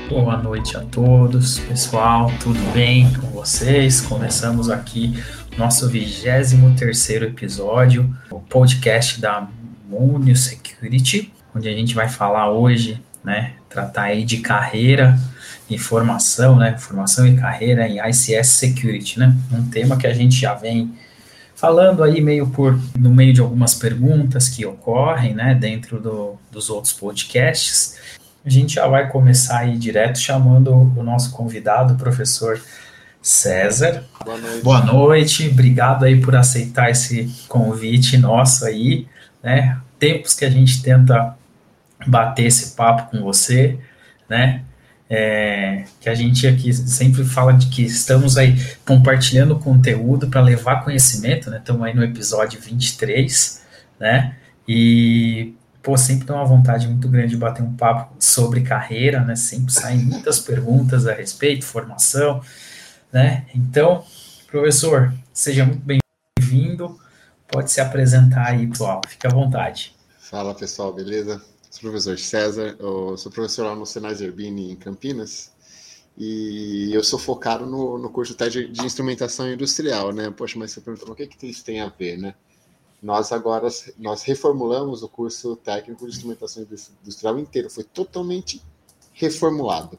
Boa noite a todos, pessoal, tudo bem com vocês? Começamos aqui nosso 23º episódio, o podcast da Munio Security, onde a gente vai falar hoje, né, tratar aí de carreira e formação, né, formação e carreira em ICS Security, né, um tema que a gente já vem falando aí no meio de algumas perguntas que ocorrem, né, dentro dos outros podcasts. A gente já vai começar aí direto chamando o nosso convidado, o professor César. Boa noite. Boa noite, obrigado aí por aceitar esse convite nosso aí, né? Tempos que a gente tenta bater esse papo com você, né? Que a gente aqui sempre fala de que estamos aí compartilhando conteúdo para levar conhecimento, né? Estamos aí no episódio 23, né? E sempre tem uma vontade muito grande de bater um papo sobre carreira, né? Sempre saem muitas perguntas a respeito, formação, né? Então, professor, seja muito bem-vindo. Pode se apresentar aí, pessoal. Fique à vontade. Fala, pessoal, beleza? Sou o professor César, eu sou professor lá no Senai Zerbini, em Campinas, e eu sou focado no curso de instrumentação industrial, né? Poxa, mas você perguntou, o que isso tem a ver, né? Nós reformulamos o curso técnico de instrumentação industrial inteiro, foi totalmente reformulado.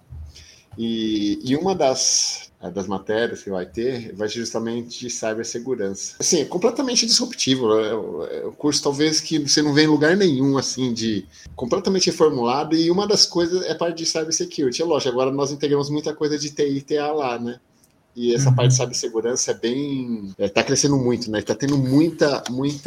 E uma das matérias que vai ter vai ser justamente de cibersegurança. Assim, é completamente disruptivo. É um curso talvez que você não vê em lugar nenhum, assim, de completamente reformulado, e uma das coisas é a parte de cybersecurity. É lógico, agora nós integramos muita coisa de TI e TA lá, né? E essa parte de cibersegurança está crescendo muito, né? Está tendo muita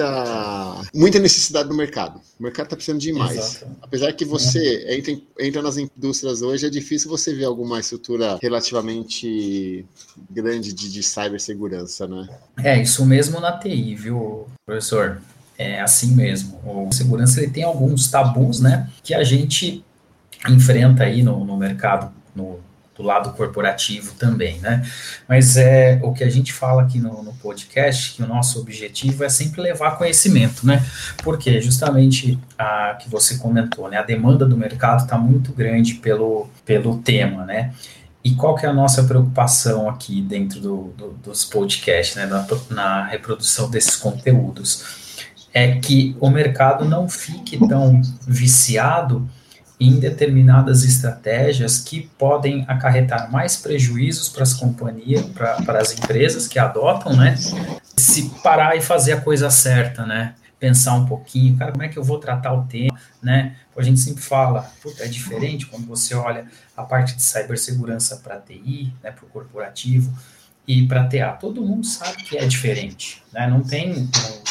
necessidade no mercado. O mercado está precisando demais. Exato. Apesar que você entra nas indústrias hoje, é difícil você ver alguma estrutura relativamente grande de cibersegurança, né? Isso mesmo na TI, viu, professor? É assim mesmo. O segurança ele tem alguns tabus, né? Que a gente enfrenta aí no mercado, do lado corporativo também, né? Mas o que a gente fala aqui no podcast, que o nosso objetivo é sempre levar conhecimento, né? Porque justamente a que você comentou, né? A demanda do mercado está muito grande pelo tema, né? E qual que é a nossa preocupação aqui dentro dos podcasts, né? Na reprodução desses conteúdos? É que o mercado não fique tão viciado em determinadas estratégias que podem acarretar mais prejuízos para as companhias, para as empresas que adotam, né? Se parar e fazer a coisa certa, né? Pensar um pouquinho, cara, como é que eu vou tratar o tema, né? A gente sempre fala, é diferente quando você olha a parte de cibersegurança para TI, né, para o corporativo, e para TA. Todo mundo sabe que é diferente, né? Não tem...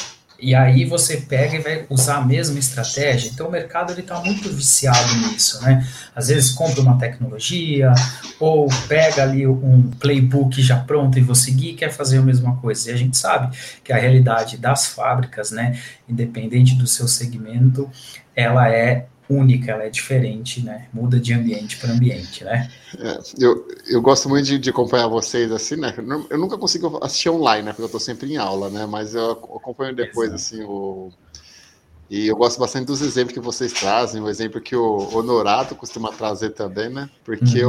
E aí você pega e vai usar a mesma estratégia. Então o mercado está muito viciado nisso, né? Às vezes compra uma tecnologia ou pega ali um playbook já pronto e vou seguir e quer fazer a mesma coisa. E a gente sabe que a realidade das fábricas, né, independente do seu segmento, ela é única, ela é diferente, né? Muda de ambiente para ambiente, né? Eu gosto muito de acompanhar vocês assim, né? Eu nunca consigo assistir online, né? Porque eu estou sempre em aula, né? Mas eu acompanho depois, assim, e eu gosto bastante dos exemplos que vocês trazem, o exemplo que o Honorato costuma trazer também, né? Porque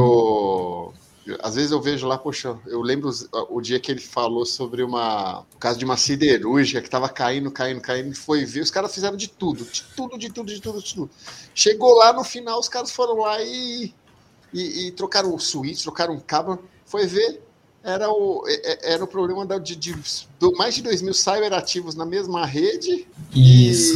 às vezes eu vejo lá, poxa, eu lembro o dia que ele falou sobre o caso de uma siderúrgica que estava caindo, foi ver, os caras fizeram de tudo. Chegou lá no final, os caras foram lá e trocaram o switch, trocaram um cabo, foi ver, era o problema de mais de 2.000 cyberativos na mesma rede. Isso.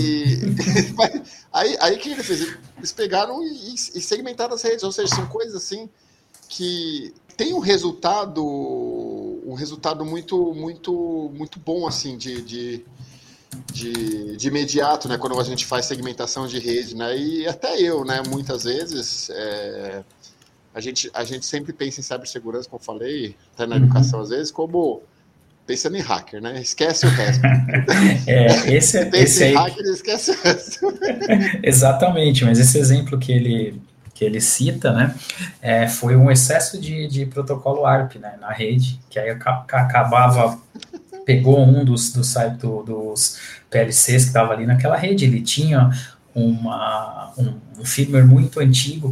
Aí que ele fez? Eles pegaram e segmentaram as redes, ou seja, são coisas assim que tem um resultado muito, muito, muito bom, assim, de imediato, né, quando a gente faz segmentação de rede, né, e até eu, né, muitas vezes, a gente sempre pensa em cibersegurança, como eu falei, até na educação às vezes, como pensando em hacker, né, esquece o resto. Esse em hacker, esquece o resto. Exatamente, mas esse exemplo que ele cita, né, foi um excesso de protocolo ARP, né, na rede, que aí pegou um dos PLCs que estava ali naquela rede, ele tinha um firmware muito antigo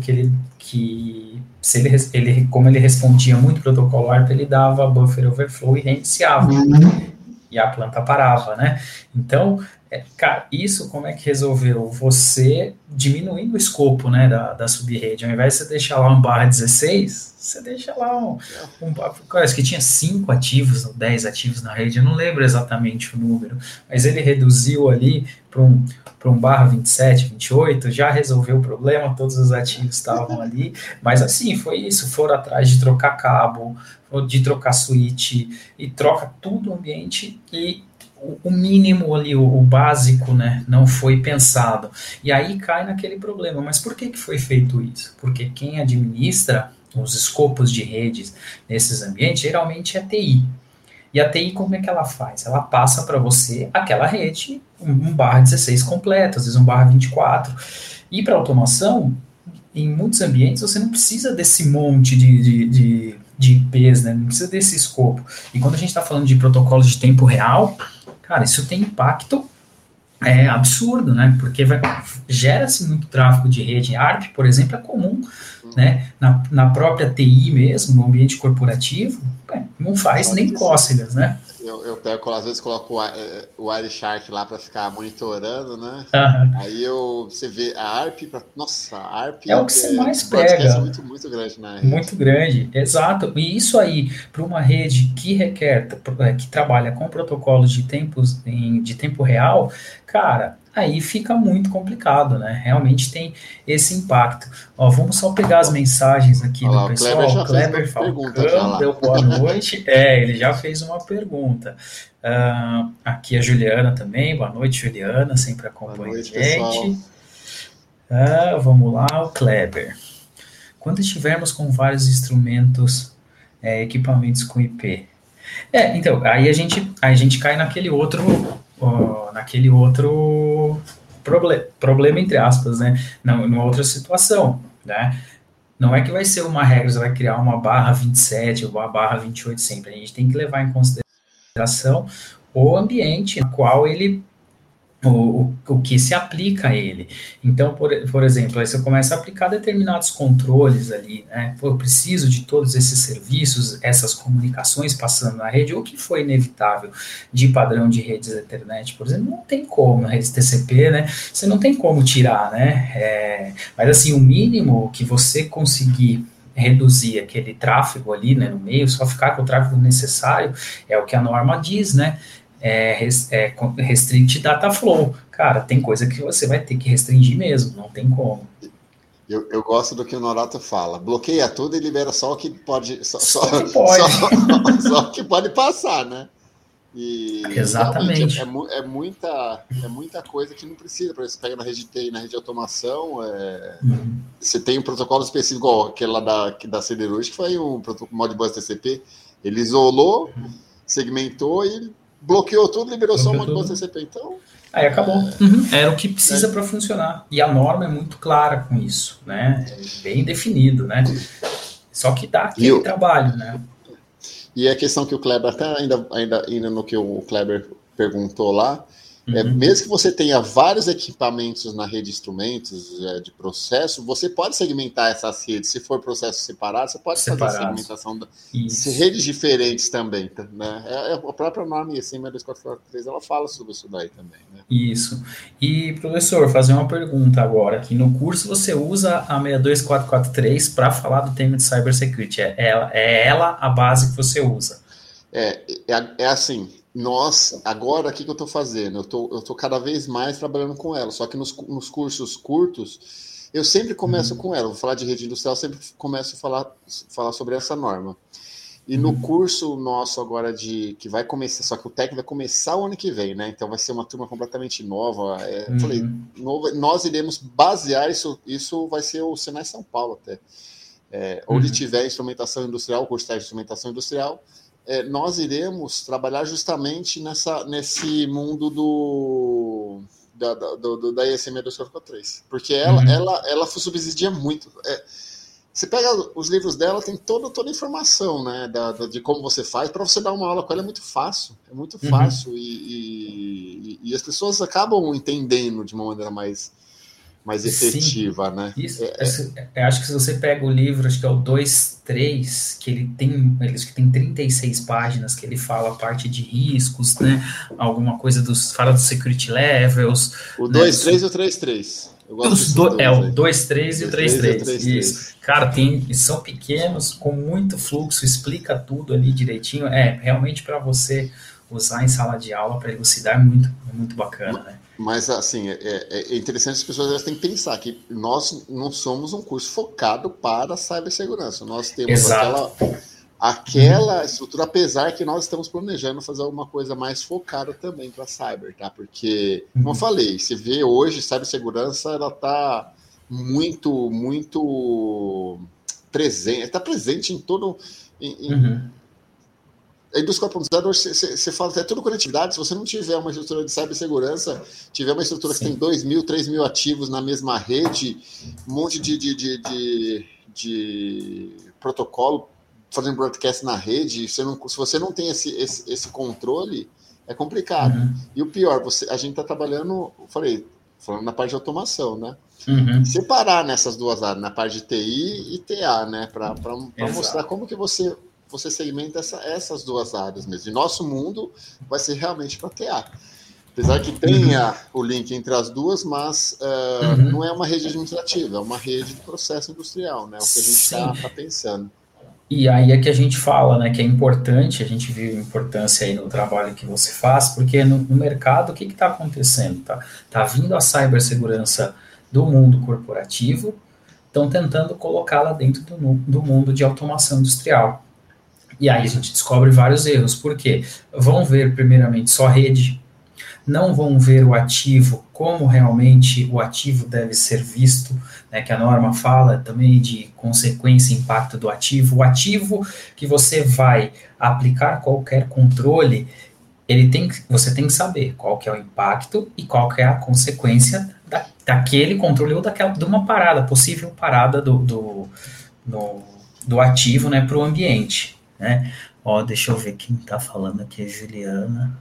como ele respondia muito protocolo ARP, ele dava buffer overflow e reiniciava. E a planta parava, né? Então, cara, isso como é que resolveu? Você diminuindo o escopo, né, da subrede. Ao invés de você deixar lá um barra 16, você deixa lá acho que tinha 5 ativos, ou 10 ativos na rede, eu não lembro exatamente o número, mas ele reduziu ali para um barra 27, 28, já resolveu o problema, todos os ativos estavam ali, mas assim, foi isso, foram atrás de trocar cabo, de trocar switch, e troca tudo o ambiente, e o mínimo ali, o básico, né, não foi pensado. E aí cai naquele problema, mas por que foi feito isso? Porque quem administra os escopos de redes nesses ambientes, geralmente é a TI. E a TI, como é que ela faz? Ela passa para você aquela rede, um barra 16 completo, às vezes um barra 24. E para automação, em muitos ambientes, você não precisa desse monte de IPs, né? Não precisa desse escopo. E quando a gente está falando de protocolos de tempo real, cara, isso tem impacto absurdo, né? Porque gera-se muito tráfego de rede. ARP, por exemplo, é comum, né? Na própria TI mesmo, no ambiente corporativo, não faz nem cócegas, né? Às vezes coloco o Wireshark lá para ficar monitorando, né? Aí você vê a ARP, nossa, a ARP é o que você mais pega. Muito, muito grande na rede. Muito grande, exato. E isso aí, para uma rede que que trabalha com protocolos de tempo real, cara, aí fica muito complicado, né? Realmente tem esse impacto. Ó, vamos só pegar as mensagens aqui do pessoal. O Kleber Falcão deu boa noite. Ele já fez uma pergunta. Aqui a Juliana também. Boa noite, Juliana, sempre acompanha a gente. Vamos lá, o Kleber. Quando estivermos com vários instrumentos, equipamentos com IP. Então, aí a gente cai naquele outro problema, entre aspas, né? Numa outra situação, né? Não é que vai ser uma regra, você vai criar uma barra 27 ou uma barra 28 sempre. A gente tem que levar em consideração o ambiente no qual ele o que se aplica a ele. Então, por exemplo, aí você começa a aplicar determinados controles ali, né? Eu preciso de todos esses serviços, essas comunicações passando na rede, o que foi inevitável de padrão de redes Ethernet, por exemplo, não tem como, na rede TCP, né? Você não tem como tirar, né? Mas assim, o mínimo que você conseguir reduzir aquele tráfego ali, né, no meio, só ficar com o tráfego necessário, é o que a norma diz, né? Restrict data flow. Cara, tem coisa que você vai ter que restringir mesmo, não tem como. Eu gosto do que o Norato fala. Bloqueia tudo e libera só o que pode. Só o que pode passar, né? E exatamente. É muita coisa que não precisa. Por exemplo, você pega na rede de TI, na rede de automação, você tem um protocolo específico, igual aquele lá da Siderurgia, que foi um Modbus TCP. Ele isolou, segmentou e bloqueou tudo, liberou só o Modbus TCP. Então, aí acabou. Era o que precisa para funcionar. E a norma é muito clara com isso, né? É bem definido, né? Só que dá aquele trabalho, né? E a questão que o Kleber, até ainda no que o Kleber perguntou lá, mesmo que você tenha vários equipamentos na rede de instrumentos de processo, você pode segmentar essas redes. Se for processo separado, você pode fazer a segmentação de redes diferentes também, né? A própria norma IEC 62443, ela fala sobre isso daí também, né? Isso. E, professor, fazer uma pergunta agora, que no curso você usa a 62443 para falar do tema de cybersecurity. É ela a base que você usa? É assim... agora, o que eu estou fazendo? Eu tô cada vez mais trabalhando com ela, só que nos cursos curtos, eu sempre começo com ela. Vou falar de rede industrial, sempre começo a falar sobre essa norma. E no curso nosso agora que vai começar, só que o TEC vai começar o ano que vem, né? Então vai ser uma turma completamente nova. Falei, nós iremos basear isso vai ser o Senai São Paulo até. Onde tiver instrumentação industrial, o curso de instrumentação industrial, nós iremos trabalhar justamente nesse mundo da IEC 62443, porque ela subsidia muito. Você pega os livros dela, tem toda a informação, né, de como você faz. Para você dar uma aula com ela é muito fácil, e as pessoas acabam entendendo de uma maneira mais mais efetiva, né? Isso. Acho que se você pega o livro, acho que é o 2.3, que ele tem 36 páginas, que ele fala a parte de riscos, né? Alguma coisa fala dos security levels. O 2.3 e o 3.3. Eu gosto desses o aí. 2.3 e o 3.3. Isso. Cara, são pequenos, com muito fluxo, explica tudo ali direitinho. Realmente para você usar em sala de aula, para elucidar, é muito bacana, né? Mas, assim, é interessante, as pessoas têm que pensar que nós não somos um curso focado para cibersegurança. Nós temos aquela estrutura, apesar que nós estamos planejando fazer alguma coisa mais focada também para cyber, tá? Porque, como eu falei, você vê hoje, cibersegurança, ela está muito presente, está presente em todo... A indústria 4.0, você fala até tudo conectividade. Se você não tiver uma estrutura de cibersegurança, tiver uma estrutura que tem 2.000, 3.000 ativos na mesma rede, um monte de protocolo fazendo broadcast na rede, se você não tem esse controle, é complicado. E o pior, a gente está trabalhando, falando na parte de automação, né? Separar nessas duas áreas, na parte de TI e TA, né? Para mostrar como que você segmenta essas duas áreas mesmo. E nosso mundo vai ser realmente para TA. Apesar que tenha o link entre as duas, mas não é uma rede administrativa, é uma rede de processo industrial, né? O que a gente está pensando. E aí é que a gente fala, né, que é importante, a gente viu a importância aí no trabalho que você faz, porque no mercado, o que está acontecendo? Tá vindo a cibersegurança do mundo corporativo, estão tentando colocá-la dentro do mundo de automação industrial. E aí a gente descobre vários erros. Por quê? Vão ver primeiramente só rede, não vão ver o ativo, como realmente o ativo deve ser visto, né, que a norma fala também de consequência e impacto do ativo. O ativo que você vai aplicar qualquer controle, você tem que saber qual que é o impacto e qual que é a consequência daquele controle ou de uma parada, possível parada do ativo, né, para o ambiente. Né? Deixa eu ver quem está falando aqui, a Juliana.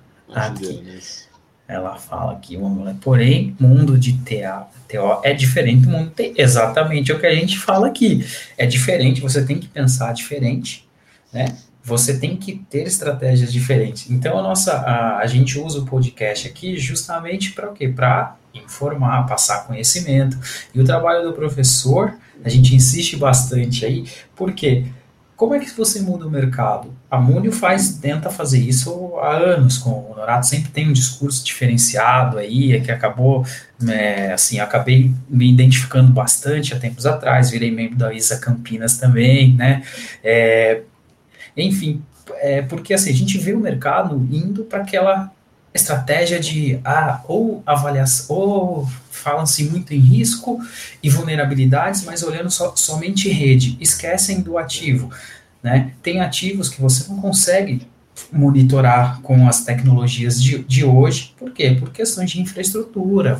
Ela fala aqui, porém, mundo de TO é diferente do mundo TI. Exatamente o que a gente fala aqui. É diferente, você tem que pensar diferente, né? Você tem que ter estratégias diferentes. Então, a gente usa o podcast aqui justamente para o quê? Para informar, passar conhecimento. E o trabalho do professor, a gente insiste bastante aí, porque como é que você muda o mercado? A Munio tenta fazer isso há anos, o Norato sempre tem um discurso diferenciado aí, que acabou, acabei me identificando bastante há tempos atrás, virei membro da ISA Campinas também, né? Enfim, porque assim, a gente vê o mercado indo para aquela estratégia de ou avaliação, ou falam-se muito em risco e vulnerabilidades, mas olhando somente rede, esquecem do ativo, né? Tem ativos que você não consegue monitorar com as tecnologias de hoje. Por quê? Por questões de infraestrutura.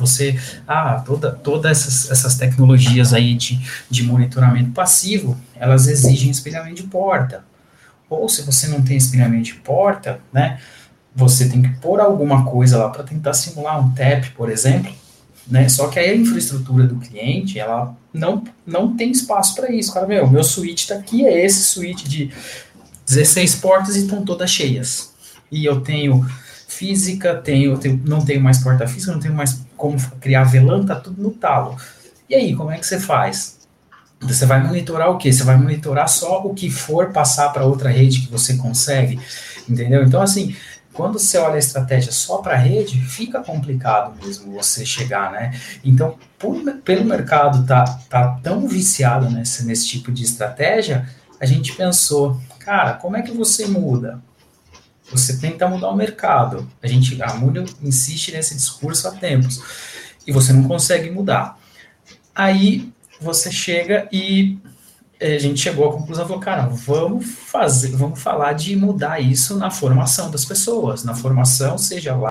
Todas essas tecnologias aí de monitoramento passivo, elas exigem espelhamento de porta. Ou se você não tem espelhamento de porta, né, você tem que pôr alguma coisa lá para tentar simular um TAP, por exemplo, né? Só que aí a infraestrutura do cliente, ela não tem espaço para isso. Cara, meu switch está aqui, é esse switch de 16 portas e estão todas cheias. E eu tenho física, não tenho mais porta física, não tenho mais como criar VLAN, tá tudo no talo. E aí, como é que você faz? Você vai monitorar o quê? Você vai monitorar só o que for passar para outra rede que você consegue, entendeu? Então, assim, quando você olha a estratégia só para a rede, fica complicado mesmo você chegar, né? Então, pelo mercado tá tão viciado nesse tipo de estratégia, a gente pensou, cara, como é que você muda? Você tenta mudar o mercado. A Munio insiste nesse discurso há tempos, e você não consegue mudar. Aí você chega e a gente chegou à conclusão, falou, cara, vamos falar de mudar isso na formação das pessoas, na formação, seja lá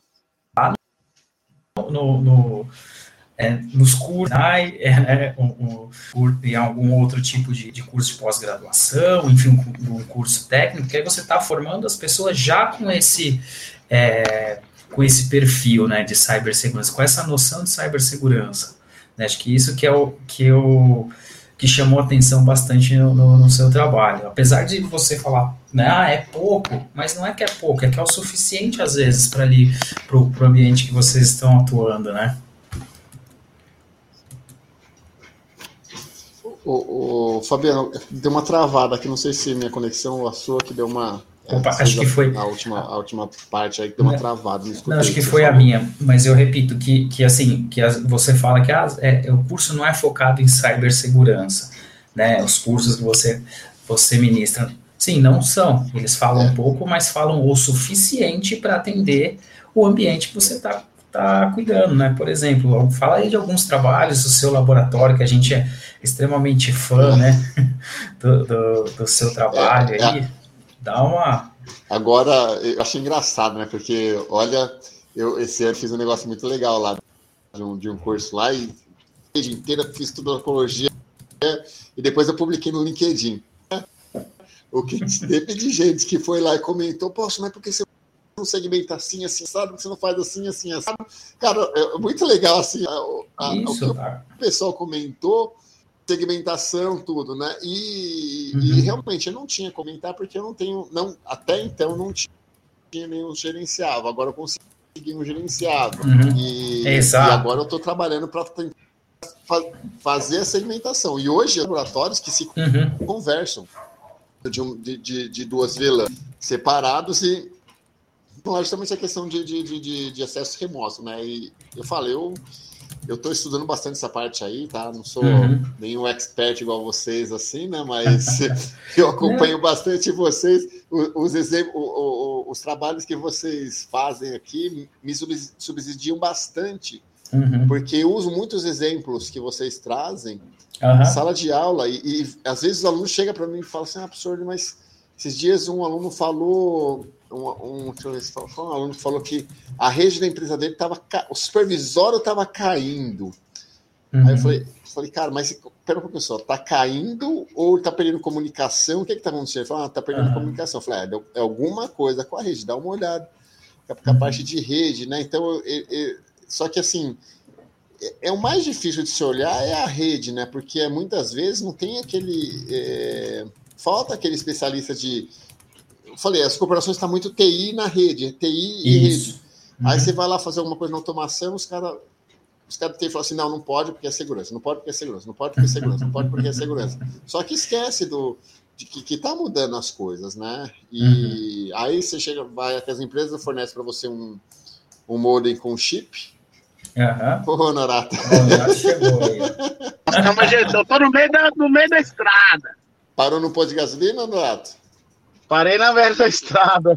nos cursos, em algum outro tipo de curso de pós-graduação, enfim, um curso técnico, que aí você está formando as pessoas já com esse perfil, né, de cibersegurança, com essa noção de cibersegurança. né? Acho que isso que chamou atenção bastante no seu trabalho. Apesar de você falar, né, é pouco, mas não é que é pouco, é que é o suficiente às vezes para ali, para o ambiente que vocês estão atuando, né? Fabiano, deu uma travada aqui, não sei se minha conexão ou a sua que deu uma. Opa, acho que foi. A última parte aí que deu uma travada. Não, acho que foi a minha, mas eu repito que assim, você fala que o curso não é focado em cibersegurança, né? Os cursos que você ministra, sim, não são. Eles falam um pouco, mas falam o suficiente para atender o ambiente que você está cuidando, né? Por exemplo, fala aí de alguns trabalhos do seu laboratório, que a gente é extremamente fã, né? do seu trabalho aí. Dá uma... Agora, eu achei engraçado, né? Porque, olha, eu esse ano fiz um negócio muito legal lá, de um curso lá, e a tarde inteira fiz tudo ecologia, e depois eu publiquei no LinkedIn. O que teve de gente que foi lá e comentou, poxa, mas por que você não segmenta assim, assim, sabe? Por que você não faz assim, assim, assim? Cara, é muito legal, assim, o que o pessoal comentou, segmentação, tudo, né? E realmente eu não tinha comentar porque eu não tenho, até então não tinha nenhum gerenciável. Agora eu consegui um gerenciável. E agora eu estou trabalhando para fazer a segmentação. E hoje laboratórios que se conversam de duas VLAN separados e logicamente a questão de acesso remoto, né? E eu falei, eu estou estudando bastante essa parte aí, tá? Não sou nenhum expert igual vocês, assim, né? Mas eu acompanho bastante vocês. Os trabalhos que vocês fazem aqui me subsidiam bastante, porque eu uso muitos exemplos que vocês trazem em sala de aula e às vezes os alunos chegam para mim e falam assim, absurdo, mas esses dias um aluno falou... deixa eu ver se um aluno falou que a rede da empresa dele o supervisório estava caindo. Aí eu falei, cara, mas pera um pouquinho só, tá caindo ou tá perdendo comunicação? O que tá acontecendo? Ele falou, tá perdendo comunicação. Eu falei, é alguma coisa com a rede, dá uma olhada. Porque a parte de rede, né? Então, só que assim, o mais difícil de se olhar é a rede, né? Porque muitas vezes não tem falta aquele especialista de... Eu falei, as corporações estão muito TI na rede, TI e rede. Aí você vai lá fazer alguma coisa na automação, os caras de TI falam assim, não pode porque é segurança, não pode porque é segurança, não pode porque é segurança, não pode porque é segurança. Só que esquece de que está mudando as coisas, né? E aí você vai até as empresas, fornece para você um modem com chip. Ô, Norato. O Norato chegou aí. Não, mas eu tô no meio da estrada. Parou no posto de gasolina, Norato? Parei na beira da estrada.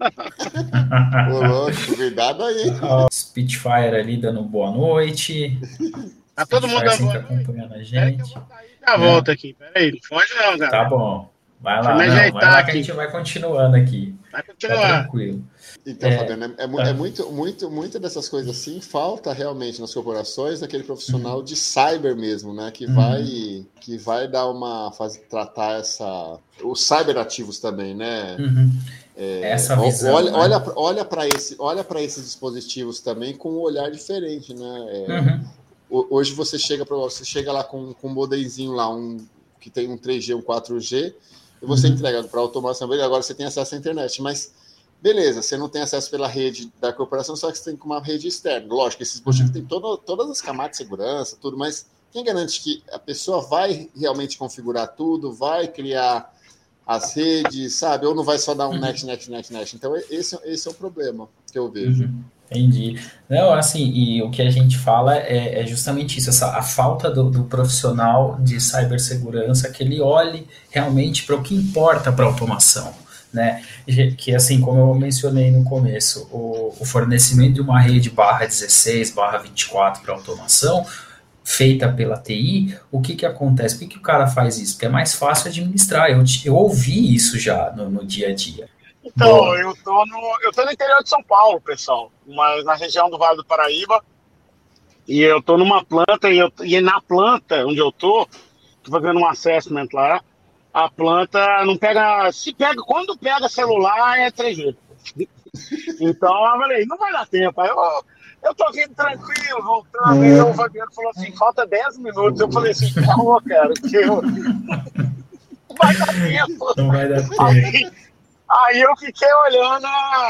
Ô, louco, cuidado aí. Spitfire ali dando boa noite. Tá todo mundo sempre acompanhando a gente. Já volta aqui. Peraí, não foge não, galera. Tá bom. Vai lá, vai lá que a gente vai continuando aqui. Vai continuar. Tá tranquilo. Então, Fabiano, muito dessas coisas assim, falta realmente nas corporações aquele profissional de cyber mesmo, né? Que vai dar tratar os cyberativos também, né? Essa visão. Olha para esses dispositivos também com um olhar diferente, né? Hoje você chega lá com um modemzinho lá, que tem um 3G, um 4G, e você entrega para a automação, agora você tem acesso à internet, mas beleza, você não tem acesso pela rede da corporação, só que você tem uma rede externa. Lógico, esse dispositivo tem todas as camadas de segurança, tudo, mas quem garante que a pessoa vai realmente configurar tudo, vai criar as redes, sabe? Ou não vai só dar um net. Então, esse é o problema que eu vejo. Entendi. Não, assim, e o que a gente fala é justamente isso, a falta do profissional de cibersegurança, que ele olhe realmente para o que importa para a automação, né? Que assim, como eu mencionei no começo, o fornecimento de uma rede /16, /24 para automação, feita pela TI, o que acontece? Por que o cara faz isso? Porque é mais fácil administrar. Eu ouvi isso já no dia a dia. Então, eu tô no interior de São Paulo, pessoal, mas na região do Vale do Paraíba, e eu tô numa planta, e na planta onde eu tô fazendo um assessment lá, a planta não pega, quando pega celular é 3G. Então eu falei, não vai dar tempo. Aí eu tô vindo tranquilo, voltando. Aí o Fabiano falou assim, falta 10 minutos. Eu falei assim, calma, cara, que não vai dar tempo. Não vai dar tempo. Aí eu fiquei olhando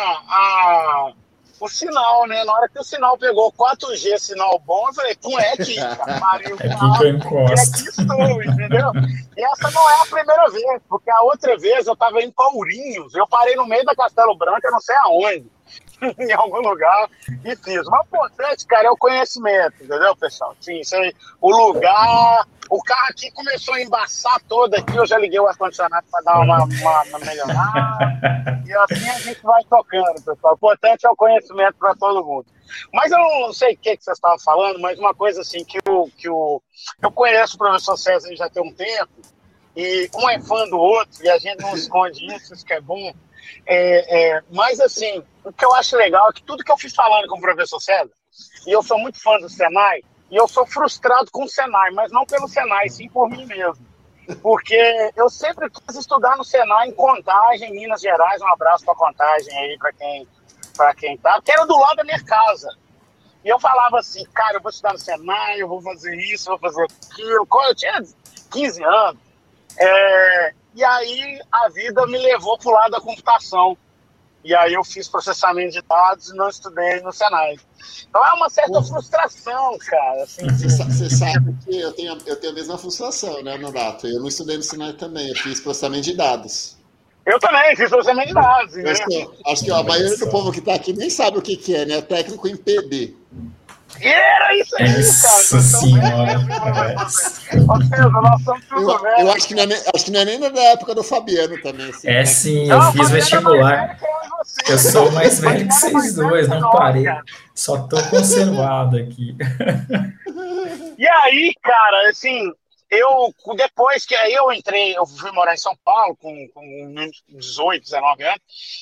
o sinal, né? Na hora que o sinal pegou 4G, sinal bom, eu falei, não é aqui, cara. Parei o carro, que eu encosto. E aqui estou, entendeu? E essa não é a primeira vez, porque a outra vez eu tava em Paurinhos, eu parei no meio da Castelo Branco, eu não sei aonde, em algum lugar, e fiz. Mas o importante, cara, é o conhecimento, entendeu, pessoal? Sim, isso aí, o lugar... O carro aqui começou a embaçar todo aqui, eu já liguei o ar-condicionado para dar uma melhorada. E assim a gente vai tocando, pessoal. O importante é o conhecimento para todo mundo. Mas eu não sei o que vocês estavam falando, mas uma coisa assim eu conheço o professor César já tem um tempo, e um é fã do outro, e a gente não esconde isso que é bom. Mas assim, o que eu acho legal é que tudo que eu fui falando com o professor César, e eu sou muito fã do Senai, e eu sou frustrado com o Senai, mas não pelo Senai, sim por mim mesmo. Porque eu sempre quis estudar no Senai em Contagem, Minas Gerais. Um abraço para Contagem aí, para quem tá, que era do lado da minha casa. E eu falava assim, cara, eu vou estudar no Senai, eu vou fazer isso, eu vou fazer aquilo. Eu tinha 15 anos. E aí a vida me levou para o lado da computação. E aí eu fiz processamento de dados e não estudei no Senai. Então é uma certa frustração, cara. Assim, você sabe que eu tenho a mesma frustração, né, Nonato? Eu não estudei no Senai também, eu fiz processamento de dados. Eu também fiz processamento de dados. Acho que a maioria do povo que está aqui nem sabe o que é, né? Técnico em PD. E era isso aí, Nossa senhora. Nós somos tudo velho. Eu acho que não é nem da época do Fabiano também. Assim, sim, eu fiz vestibular. Eu sou mais velho que vocês dois, não parei. Só tô conservado aqui. E aí, cara, assim, depois que aí eu fui morar em São Paulo com 18, 19 anos,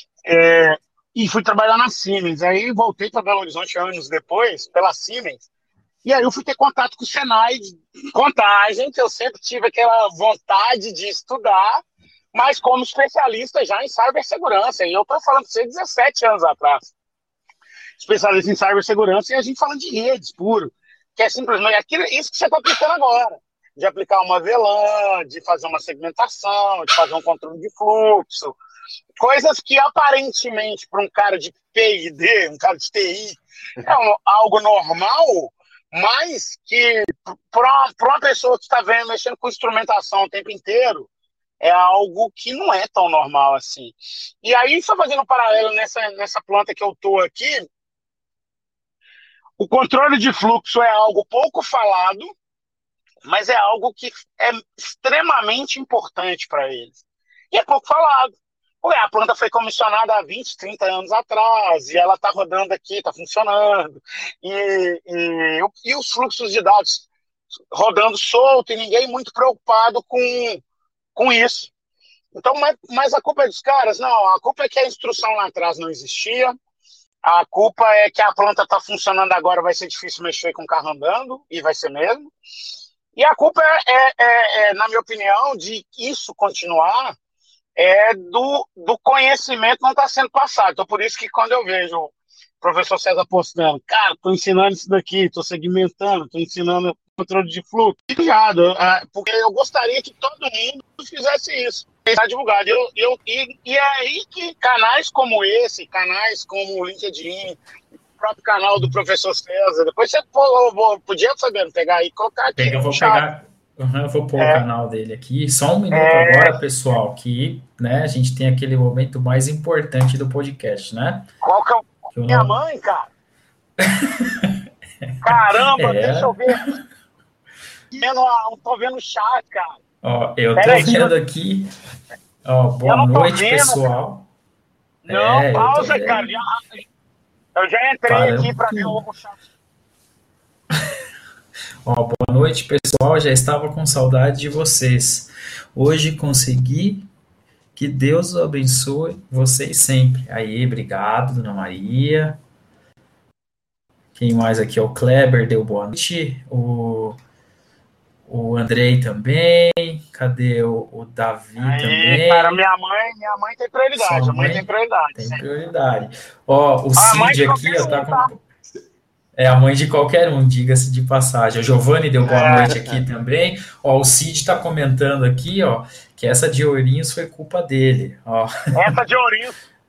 e fui trabalhar na Siemens. Aí voltei para Belo Horizonte anos depois, pela Siemens, e aí eu fui ter contato com o Senai, Contagem, que eu sempre tive aquela vontade de estudar, mas como especialista já em cibersegurança. E eu estou falando para você 17 anos atrás. Especialista em cibersegurança e a gente falando de redes puro. Que é simplesmente isso que você está aplicando agora. De aplicar uma VLAN, de fazer uma segmentação, de fazer um controle de fluxo. Coisas que aparentemente para um cara de P&D, um cara de TI, é algo normal, mas que para uma pessoa que está mexendo com instrumentação o tempo inteiro, é algo que não é tão normal assim. E aí, só fazendo um paralelo nessa planta que eu estou aqui, o controle de fluxo é algo pouco falado, mas é algo que é extremamente importante para eles. E é pouco falado. A planta foi comissionada há 20, 30 anos atrás, e ela está rodando aqui, está funcionando. E os fluxos de dados rodando solto, e ninguém muito preocupado com isso. Então, mas a culpa é dos caras? Não, a culpa é que a instrução lá atrás não existia, a culpa é que a planta está funcionando agora, vai ser difícil mexer com o carro andando, e vai ser mesmo. E a culpa na minha opinião, de isso continuar, do conhecimento não estar sendo passado. Então, por isso que quando eu vejo o professor César postando, cara, estou ensinando isso daqui, estou segmentando, estou ensinando controle de fluxo, porque eu gostaria que todo mundo fizesse isso, está divulgado. E é aí que canais como esse, canais como o LinkedIn, o próprio canal do professor César, depois você podia, Fabiano, pegar aí e colocar aqui. Eu vou pôr o canal dele aqui. Só um minuto agora, pessoal, que né, a gente tem aquele momento mais importante do podcast, né? Qual que é minha mãe, cara? Caramba, deixa eu ver. Não tô vendo o chat, cara. Ó, eu tô vendo aqui. Ó, boa noite, pessoal. Não, pausa, cara. Eu já entrei aqui para ver o chat. Ó, boa noite, pessoal. Já estava com saudade de vocês. Hoje consegui. Que Deus abençoe vocês sempre. Aí, obrigado, Dona Maria. Quem mais aqui? O Kleber deu boa noite. O O Andrei também. Cadê o Davi Aí, também? cara, minha mãe tem prioridade. Sua A mãe tem prioridade. tem Sim. prioridade. Ó, o A mãe Cid de aqui, qualquer ó, tá um, tá? com... É a mãe de qualquer um, diga-se de passagem. O Giovanni deu boa noite aqui também. Ó, o Cid está comentando aqui, ó, que essa de Ourinhos foi culpa dele. Ó, Essa de Ourinho.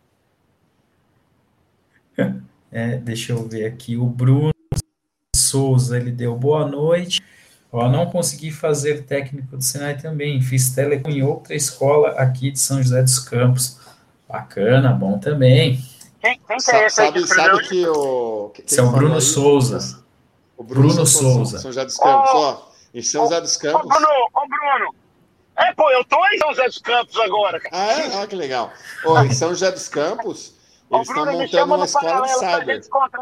deixa eu ver aqui. O Bruno Souza, ele deu boa noite. Ó, não consegui fazer técnico do Senai também. Fiz telecom em outra escola aqui de São José dos Campos. Bacana, bom também. Quem que é esse aí que escreveu Sabe que o... Esse é o Bruno Souza. O Bruno Souza. São José dos Campos, ó. Em São José dos Campos... Ô, Bruno. Eu tô em São José dos Campos agora, cara. Ah, é? Ah, que legal. Ó, em São José dos Campos, eles estão montando uma escola de cyber.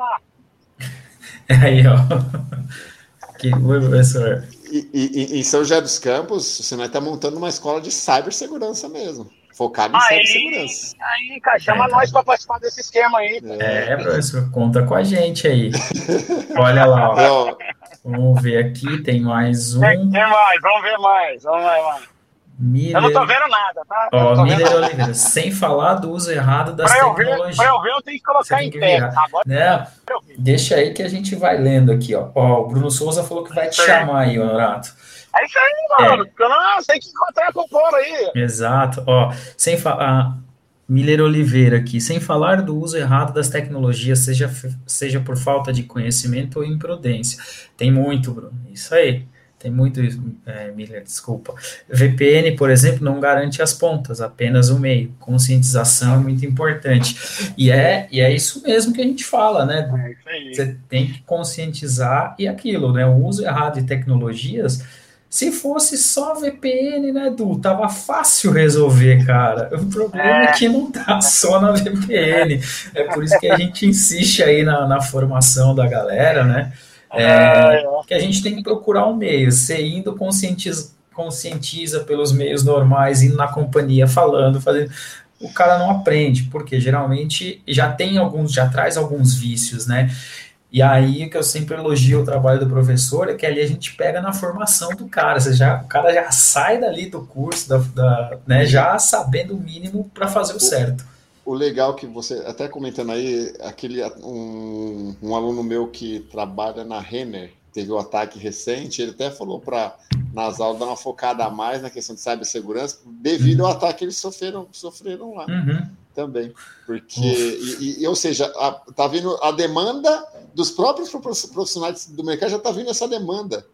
Aí, ó. Que professor. E em São José dos Campos, o Senai está montando uma escola de cibersegurança mesmo. Focado em cibersegurança. Aí, cara, chama nós para participar desse esquema aí. Professor, conta com a gente aí. Olha lá, ó. Vamos ver aqui, tem mais um. Tem mais, vamos ver mais. Miller... Eu não tô vendo nada, tá? Ó, Miller Oliveira, sem falar do uso errado das tecnologias. Pra eu ver, eu tenho que colocar em pé. Agora, né? Deixa aí que a gente vai lendo aqui, ó. Ó, o Bruno Souza falou que vai te chamar aí, Honorato. É isso aí, mano. Tem que encontrar com o Polo aí. Exato. Ó, sem falar... Miller Oliveira aqui, sem falar do uso errado das tecnologias, seja por falta de conhecimento ou imprudência. Tem muito, Bruno. Isso aí. Tem muito, Miller, desculpa. VPN, por exemplo, não garante as pontas, apenas o meio. Conscientização é muito importante. E é isso mesmo que a gente fala, né? Você tem que conscientizar e aquilo, né? O uso errado de tecnologias, se fosse só VPN, né, Edu? Tava fácil resolver, cara. O problema é que não tá só na VPN. É por isso que a gente insiste aí na formação da galera, né? Que a gente tem que procurar um meio. Você indo conscientiza pelos meios normais, indo na companhia, falando, fazendo... O cara não aprende, porque geralmente já traz alguns vícios, né? E aí, que eu sempre elogio o trabalho do professor, é que ali a gente pega na formação do cara. O cara já sai dali do curso, né, já sabendo o mínimo para fazer o certo. O legal que você, até comentando aí, um aluno meu que trabalha na Renner, teve um ataque recente, ele até falou para nas aulas dar uma focada a mais na questão de cibersegurança, devido ao ataque que eles sofreram lá também. Porque, ou seja, tá vindo a demanda dos próprios profissionais do mercado, já está vindo essa demanda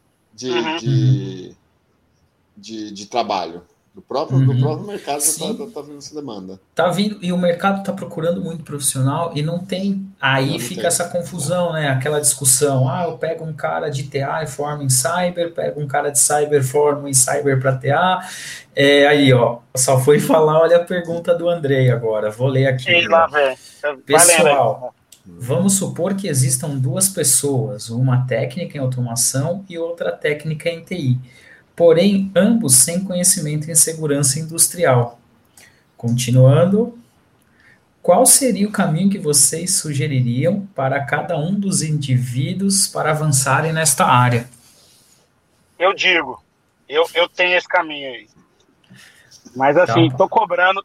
de trabalho. Do próprio mercado está vindo essa demanda. Tá vindo, e o mercado está procurando muito profissional e não tem. Aí fica essa confusão, né? Aquela discussão. Eu pego um cara de TA e formo em cyber, pego um cara de cyber, formo em cyber para TA. Aí, ó, só foi falar, olha a pergunta do Andrei agora. Vou ler aqui. Pessoal, vamos supor que existam duas pessoas, uma técnica em automação e outra técnica em TI. Porém, ambos sem conhecimento em segurança industrial. Continuando, qual seria o caminho que vocês sugeririam para cada um dos indivíduos para avançarem nesta área? Eu digo, eu tenho esse caminho aí. Mas assim, tô cobrando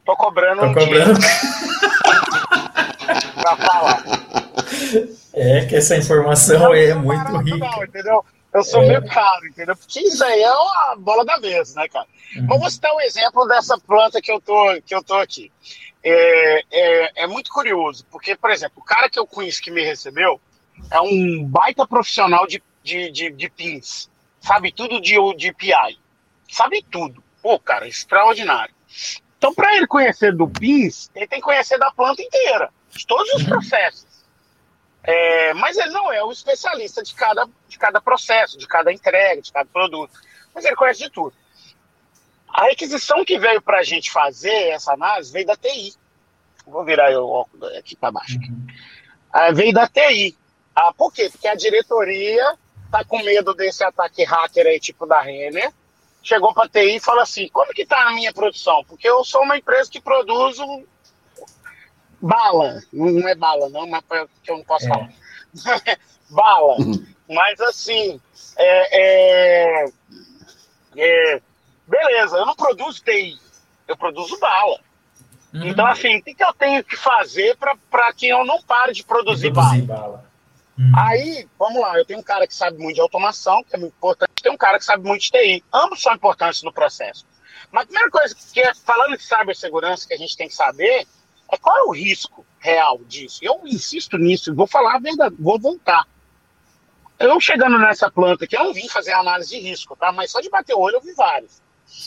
pra falar. Que essa informação é muito rica. Não, entendeu? Eu sou meio caro, entendeu? Porque isso aí é uma bola da vez, né, cara? Vamos citar um exemplo dessa planta que eu tô aqui. É muito curioso, porque, por exemplo, o cara que eu conheço que me recebeu é um baita profissional de pins. Sabe tudo de PI. Sabe tudo. Pô, cara, extraordinário. Então, para ele conhecer do pins, ele tem que conhecer da planta inteira, de todos os processos. Mas ele não é o especialista de cada processo, de cada entrega, de cada produto. Mas ele conhece de tudo. A requisição que veio para a gente fazer essa análise veio da TI. Vou virar o óculos aqui para baixo. Veio da TI. Por quê? Porque a diretoria está com medo desse ataque hacker aí, tipo da Renner. Chegou para a TI e falou assim, como que está a minha produção? Porque eu sou uma empresa que produz bala, não é bala não, mas que eu não posso falar. Bala. Mas assim, beleza, eu não produzo TI, eu produzo bala. Então, assim, o que eu tenho que fazer para que eu não pare de produzir bala? Aí, vamos lá, eu tenho um cara que sabe muito de automação, que é muito importante, tem um cara que sabe muito de TI. Ambos são importantes no processo. Mas a primeira coisa que, falando de cibersegurança, que a gente tem que saber é qual é o risco real disso. Eu insisto nisso, vou falar a verdade, vou voltar. Eu chegando nessa planta aqui, eu não vim fazer análise de risco, tá? Mas só de bater o olho eu vi vários.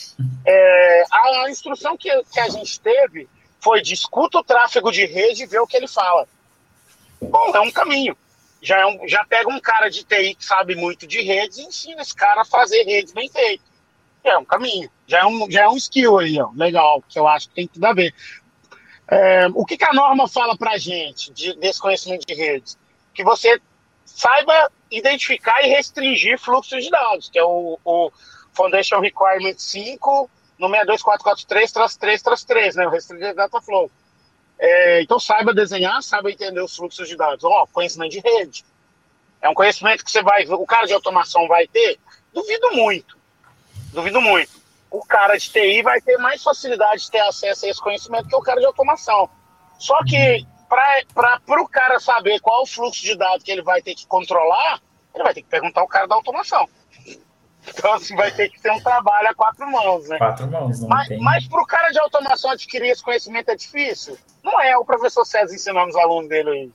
A instrução que a gente teve foi de escuta o tráfego de rede e ver o que ele fala. Bom, é um caminho. Já pega um cara de TI que sabe muito de redes e ensina esse cara a fazer redes bem feitas. É um caminho. Já é um skill aí, ó, legal, que eu acho que tem tudo a ver. O que a norma fala pra gente desse conhecimento de redes? Que você saiba identificar e restringir fluxos de dados, que é o Foundation Requirement 5 no 62443-3-3, né? O Restricted Data Flow. Então, saiba desenhar, saiba entender os fluxos de dados. Conhecimento de rede. É um conhecimento que o cara de automação vai ter? Duvido muito. O cara de TI vai ter mais facilidade de ter acesso a esse conhecimento que o cara de automação. Só que, para o cara saber qual é o fluxo de dados que ele vai ter que controlar, ele vai ter que perguntar ao cara da automação. Então, assim, vai ter que ter um trabalho a 4 mãos, né? 4 mãos, não tem. Mas para o cara de automação adquirir esse conhecimento é difícil? Não é, o professor César ensinando os alunos dele aí.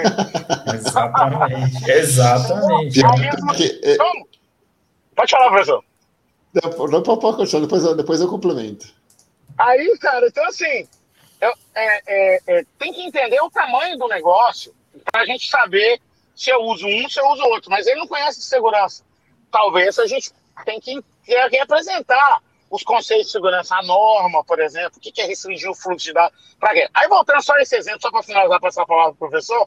Exatamente. Pode falar, professor. Não pode continuar, depois eu complemento. Aí, cara, então assim, tem que entender o tamanho do negócio para a gente saber se eu uso um, se eu uso outro. Mas ele não conhece de segurança. Talvez a gente tem que apresentar os conceitos de segurança, a norma, por exemplo, o que é restringir o fluxo de dados, para quê? Aí, voltando só a esse exemplo, só para finalizar, passar a palavra para o professor,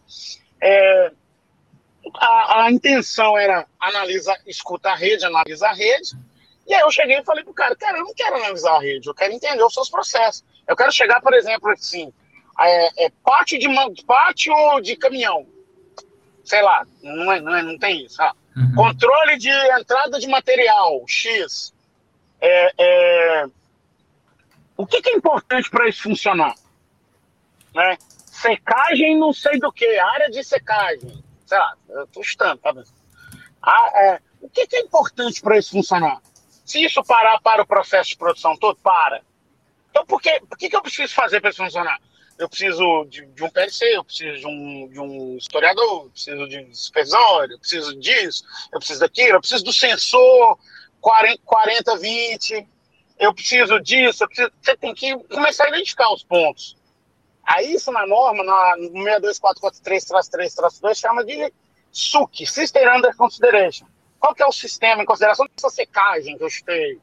a intenção era escutar a rede, analisar a rede, e aí eu cheguei e falei pro cara, eu não quero analisar a rede, eu quero entender os seus processos. Eu quero chegar, por exemplo, assim, pátio de caminhão, sei lá, não tem isso, sabe? Controle de entrada de material, X. O que é importante para isso funcionar? Né? Secagem não sei do que, área de secagem. Sei lá, eu estou chutando, tá vendo? O que é importante para isso funcionar? Se isso parar para o processo de produção todo, para. Então, por que eu preciso fazer para isso funcionar? Eu preciso de um PLC, eu preciso de um historiador, eu preciso de um supervisor, eu preciso disso, eu preciso daquilo, eu preciso do sensor 40-20, eu preciso disso, você tem que começar a identificar os pontos. Aí isso na norma, no 62443-3-2, chama de SUC, System Under Consideration. Qual que é o sistema em consideração dessa secagem que eu chutei?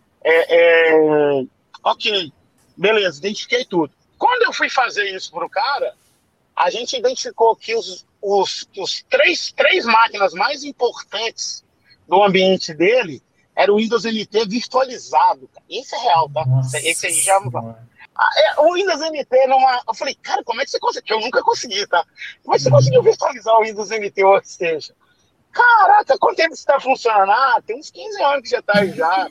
Ok, beleza, identifiquei tudo. Quando eu fui fazer isso para o cara, a gente identificou que os três máquinas mais importantes do ambiente dele era o Windows NT virtualizado. Isso é real, tá? Nossa, esse aí já... O Windows NT eu falei, cara, como é que você conseguiu? Eu nunca consegui, tá? Como é que você conseguiu virtualizar o Windows NT Workstation? Caraca, quanto tempo isso tá funcionando? Tem uns 15 anos que já tá aí já.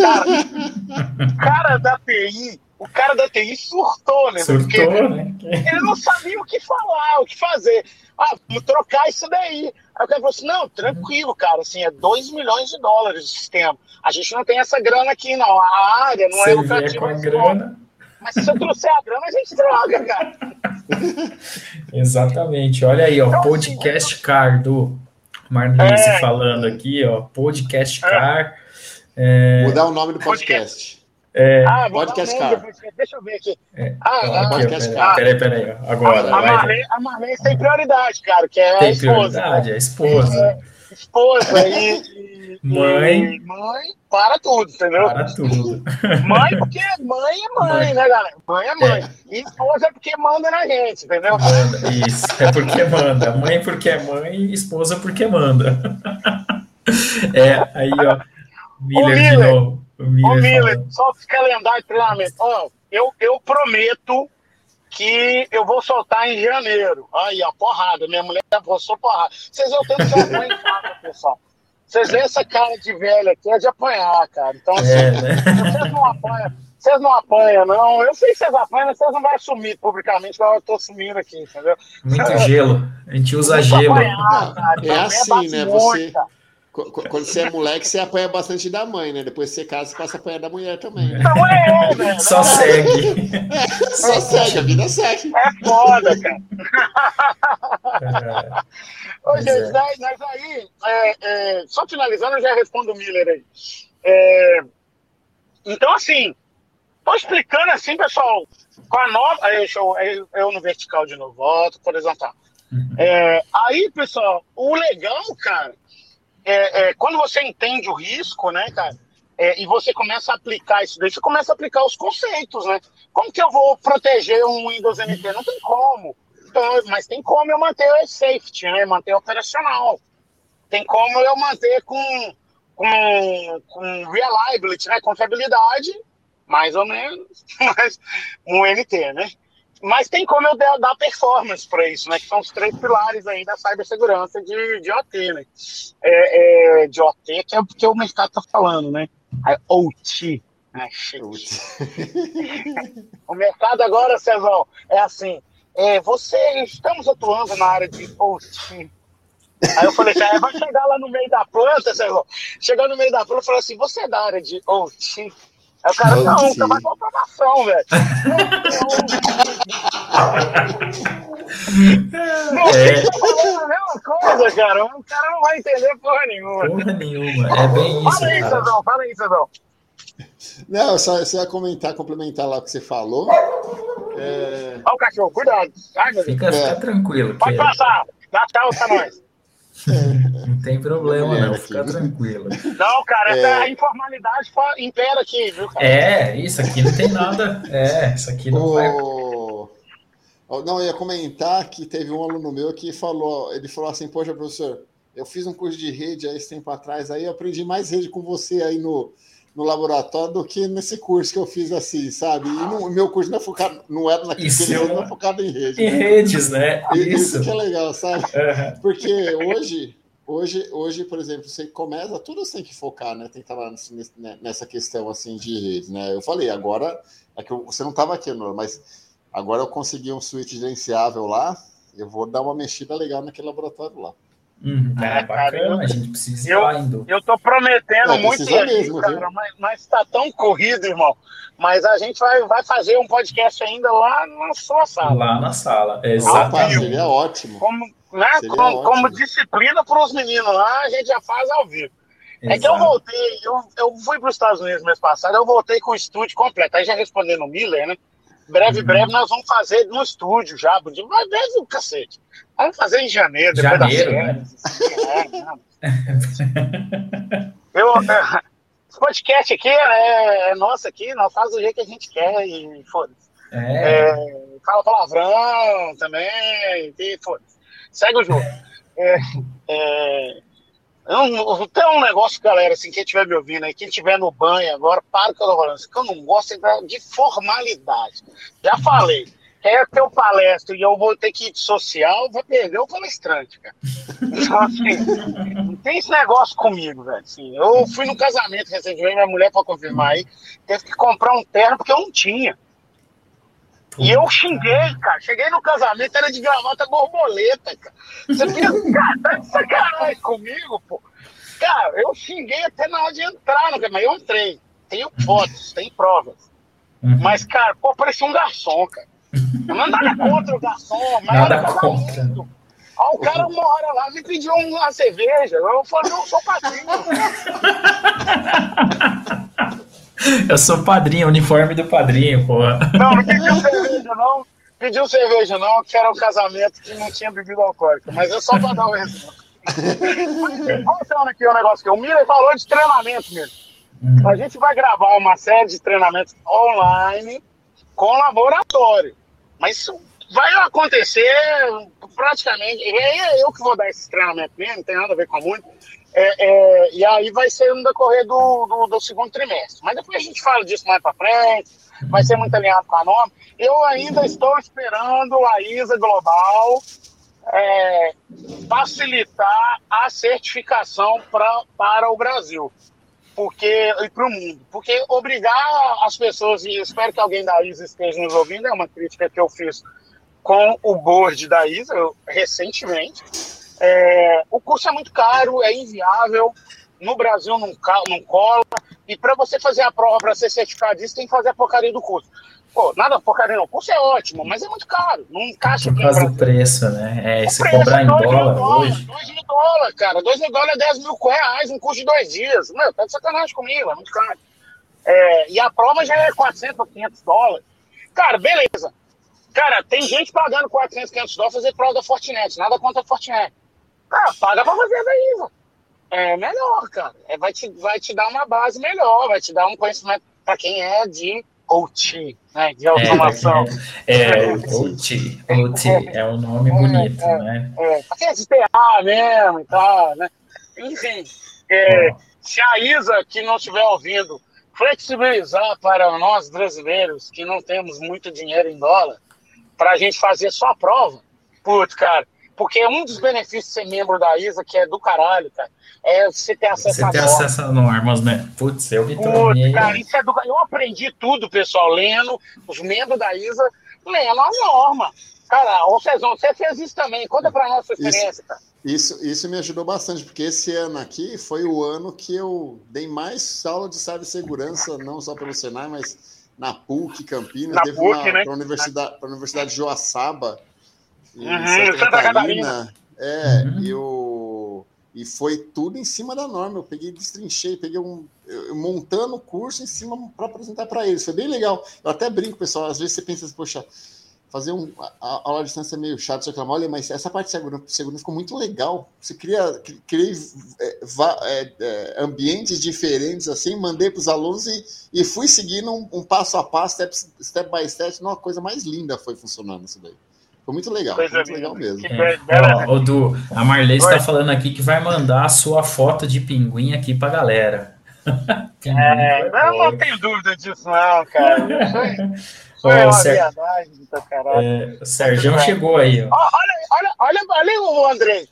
O cara da TI surtou, né? Surtou, né? Ele não sabia o que falar, o que fazer. Vamos trocar isso daí. Aí o cara falou assim, não, tranquilo, cara, assim, é $2 milhões o sistema. A gente não tem essa grana aqui, não. A área não é lucrativa. Mas se eu trouxer a grana, a gente droga, cara. Exatamente. Olha aí, ó, então, podcast assim, car do Marlise falando aqui, ó, podcast car. Mudar o nome do podcast. Podcast Car. Deixa eu ver aqui. Podcast Car. Peraí. Agora. A Marlene tem prioridade, cara, que é tem a esposa. Prioridade, é a esposa. Esposa e mãe. Mãe, para tudo, entendeu? Para tudo. Mãe, porque mãe é mãe, né, galera? Mãe é mãe. E esposa é porque manda na gente, entendeu? Manda, isso. É porque manda. Mãe porque é mãe, esposa porque manda. Aí, ó. Miller de novo. Miller, só calendário de treinamento. Eu prometo que eu vou soltar em janeiro. Aí, ó, porrada. Minha mulher postou porrada. Vocês vão ter que ser ruim, cara. pessoal. Vocês veem essa cara de velho aqui, é de apanhar, cara. Então, assim, né? vocês não apanham, não. Eu sei que vocês apanham, mas vocês não vão assumir publicamente, igual eu tô assumindo aqui, entendeu? Muito gelo. A gente usa gelo. Apanhar, cara. É assim, né? Você, Muita. quando você é moleque, você apanha bastante da mãe, né? Depois você casa, você passa a apanhar da mulher também, né? Então velho. Só segue. Só segue, a vida segue. É foda, cara. Ô, Mas gente, mas aí, só finalizando, eu já respondo o Miller aí. Então, assim, tô explicando assim, pessoal, com a nova. Eu no vertical de novo, volto, por exemplo. Aí, pessoal, o legal, cara, quando você entende o risco, né, cara, e você começa a aplicar isso daí, você começa a aplicar os conceitos, né? Como que eu vou proteger um Windows NT? Não tem como. Então, mas tem como eu manter o safety, né? Manter operacional. Tem como eu manter com reliability, né? Confiabilidade, mais ou menos, mas um NT, né? Mas tem como eu dar performance para isso, né? Que são os 3 pilares aí da cibersegurança de OT, né? De OT, que é o que o mercado tá falando, né? OT. O mercado agora, Cezão, é assim, estamos atuando na área de OT. Aí eu falei, vai chegar lá no meio da planta, Cezão. Chegar no meio da planta e falar assim, você é da área de OT? Aí o cara, não, você vai com aprovação, velho. Não, tá falando a mesma coisa, cara. O cara não vai entender porra nenhuma. Porra nenhuma. É bem isso, Fala aí, Cezão. Não, só ia complementar lá o que você falou. Olha o cachorro, cuidado. Ai, meu Deus. Fica tranquilo. Pode passar. Dá tchau pra nós. Não tem problema, não. Fica tranquilo. Não, cara, essa informalidade impera aqui, viu, cara? Isso aqui não tem nada. Isso aqui não vai. Não, eu ia comentar que teve um aluno meu que falou assim, poxa, professor, eu fiz um curso de rede há esse tempo atrás, aí eu aprendi mais rede com você aí no laboratório do que nesse curso que eu fiz assim, sabe? E o meu curso não é focado, não era naquele período, não é focado em rede. Em redes, né? Isso que é legal, sabe? Porque hoje, por exemplo, você começa, tudo você tem que focar, né? Tem que estar nessa questão assim de redes, né? Eu falei, agora, é que você não estava aqui, mas agora eu consegui um switch gerenciável lá, eu vou dar uma mexida legal naquele laboratório lá. Bacana, a gente precisa ir lá indo. Eu tô prometendo muito isso mesmo, cara, mas tá tão corrido, irmão. Mas a gente vai fazer um podcast ainda lá na sua sala. Lá na sala, exatamente. Seria ótimo. Como disciplina para os meninos lá, a gente já faz ao vivo. Exato. É que eu voltei, eu fui para os Estados Unidos mês passado, eu voltei com o estúdio completo. Aí já respondendo o Miller, né? Breve nós vamos fazer no estúdio já. Mas breve o cacete. Vamos fazer em janeiro, depois das férias. Né? Esse podcast aqui é nosso aqui, nós fazemos do jeito que a gente quer e foda-se. Fala palavrão também, e foda-se. Segue o jogo. Tem um negócio, galera, assim, quem estiver me ouvindo aí, quem estiver no banho agora, para o que eu tô falando. Assim, que eu não gosto de formalidade. Já falei. Quer que eu palestre e eu vou ter que ir de social, vai perder o palestrante, cara. Então, assim, não tem esse negócio comigo, velho. Assim, eu fui no casamento recentemente, minha mulher, pra confirmar aí, teve que comprar um terno porque eu não tinha. E eu xinguei, cara. Cheguei no casamento, era de gravata borboleta, cara. Você pensa, cara, tá de sacanagem comigo, pô. Cara, eu xinguei até na hora de entrar, mas eu entrei. Tenho fotos, tem provas. Mas, cara, pô, parecia um garçom, cara. Não nada contra o garçom, mas nada contra. Aí o cara uma hora lá me pediu uma cerveja. Eu falei, eu sou padrinho. Eu sou padrinho, uniforme do padrinho, porra. Não pediu cerveja, não. Pediu cerveja, não, que era um casamento que não tinha bebida alcoólica. Mas é só pra dar um exemplo. Voltando aqui o negócio que o Miller falou de treinamento mesmo. A gente vai gravar uma série de treinamentos online com laboratório. Mas isso vai acontecer praticamente. É eu que vou dar esse treinamento mesmo, não tem nada a ver com muito. E aí vai ser no decorrer do segundo trimestre. Mas depois a gente fala disso mais para frente, vai ser muito alinhado com a norma. Eu ainda estou esperando a ISA Global facilitar a certificação para o Brasil e para o mundo. Porque obrigar as pessoas, e espero que alguém da ISA esteja nos ouvindo, é uma crítica que eu fiz com o board da ISA recentemente. O curso é muito caro, é inviável, no Brasil não cola, e para você fazer a prova para ser certificado disso, tem que fazer a porcaria do curso. Pô, nada porcaria não, o curso é ótimo, mas é muito caro, não encaixa aqui no Brasil. Por causa do preço, né? Se cobrar em dólar hoje... 2 mil dólares, cara, 2 mil dólares é 10 mil reais, um curso de 2 dias. Meu, tá de sacanagem comigo, é muito caro. E a prova já é 400 ou 500 dólares. Cara, beleza. Cara, tem gente pagando 400, 500 dólares fazer prova da Fortinet, nada contra a Fortinet. Cara, paga pra fazer da ISA. É melhor, cara. Vai te dar uma base melhor, vai te dar um conhecimento pra quem é de OT, né? De automação. OT é um nome bonito, né? Pra quem é de TA mesmo e tal, né? Enfim, se a ISA, que não estiver ouvindo, flexibilizar para nós brasileiros que não temos muito dinheiro em dólar, pra gente fazer só a prova, putz, cara, porque um dos benefícios de ser membro da ISA, que é do caralho, cara, é você ter acesso a normas. Você ter acesso a normas, né? Putz, eu me tornei... Cara, isso eu aprendi tudo, pessoal, lendo, os membros da ISA, lendo a norma. Cara, ô Cezão, você fez isso também, conta pra nós a sua experiência, cara. Isso me ajudou bastante, porque esse ano aqui foi o ano que eu dei mais aula de cibersegurança, não só pelo Senai, mas na PUC, Campinas, teve uma para a Universidade de Joaçaba, em Santa Catarina. E foi tudo em cima da norma. Eu destrinchei, montando o curso em cima para apresentar para eles. Foi bem legal. Eu até brinco, pessoal, às vezes você pensa assim, poxa, fazer a aula à distância é meio chato, você olha, mas essa parte de segurança ficou muito legal. Você criei ambientes diferentes, assim, mandei para os alunos e fui seguindo um passo a passo, step by step, uma coisa mais linda foi funcionando isso daí. Foi muito legal, legal mesmo. Du, a Marley está falando aqui que vai mandar a sua foto de pinguim aqui para a galera. Eu não tenho dúvida disso não, cara. O Sérgio chegou aí. Ó. Olha o André.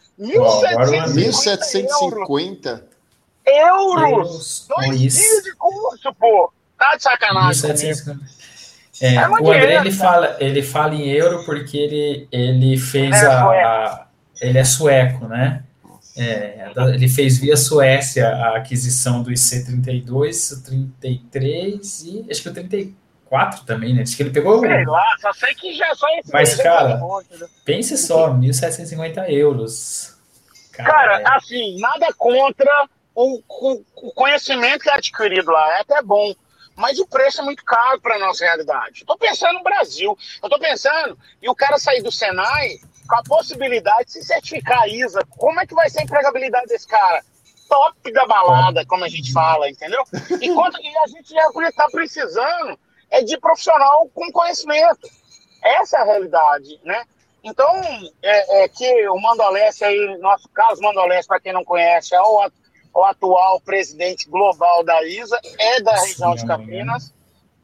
1.750 euros. 2 dias de curso, pô. Tá de sacanagem. 1.750. O André ele fala em euro porque ele fez ele é sueco, né? Ele fez via Suécia a aquisição do IC32, o 33 e acho que o 34 também, né? Acho que ele pegou... Sei lá, só sei que já só esse. Mas, cara, pense só, 1.750 euros. Cara, assim, nada contra o conhecimento que é adquirido lá, é até bom. Mas o preço é muito caro para a nossa realidade. Eu tô pensando no Brasil. Eu tô pensando e o cara sair do Senai com a possibilidade de se certificar a ISA. Como é que vai ser a empregabilidade desse cara? Top da balada, como a gente fala, entendeu? E a gente já está precisando de profissional com conhecimento. Essa é a realidade, né? Então, que o Mandolese aí, nosso Carlos Mandolese, para quem não conhece, é o atual presidente global da ISA, é da região de Campinas.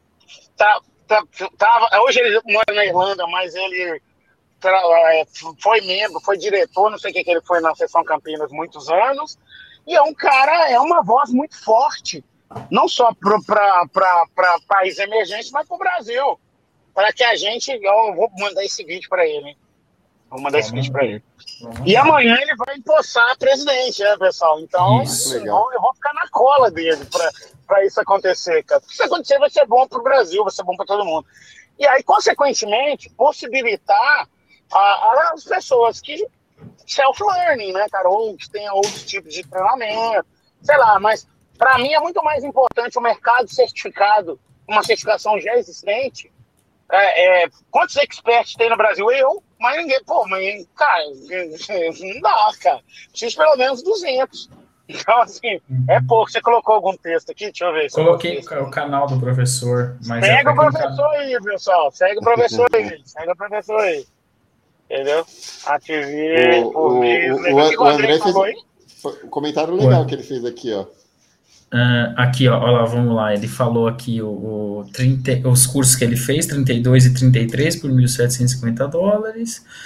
Hoje ele mora na Irlanda, mas ele foi membro, foi diretor, não sei o que ele foi na Seção Campinas muitos anos, e é um cara, é uma voz muito forte, não só para países emergentes, mas para o Brasil, para que a gente, eu vou mandar esse vídeo para ele, hein? Vou mandar esse vídeo para ele. E amanhã ele vai empossar a presidente, né, pessoal? Então, eu vou ficar na cola dele para isso acontecer, cara. Porque se acontecer, vai ser bom para o Brasil, vai ser bom para todo mundo. E aí, consequentemente, possibilitar as pessoas que self-learning, né, cara, ou que tenham outros tipos de treinamento, sei lá, mas para mim é muito mais importante o mercado certificado, uma certificação já existente. Quantos experts tem no Brasil? Mas ninguém, cara, não dá, cara. Preciso pelo menos 200. Então, assim, é pouco. Você colocou algum texto aqui? Deixa eu ver. Coloquei o canal do professor. Mas segue o professor aí, pessoal. Segue o professor aí. Segue o professor aí. Entendeu? Ativismo, o André fez um comentário legal que ele fez aqui, ó. Aqui, ó, lá, vamos lá, ele falou aqui os cursos que ele fez, 32 e 33 por $1.750,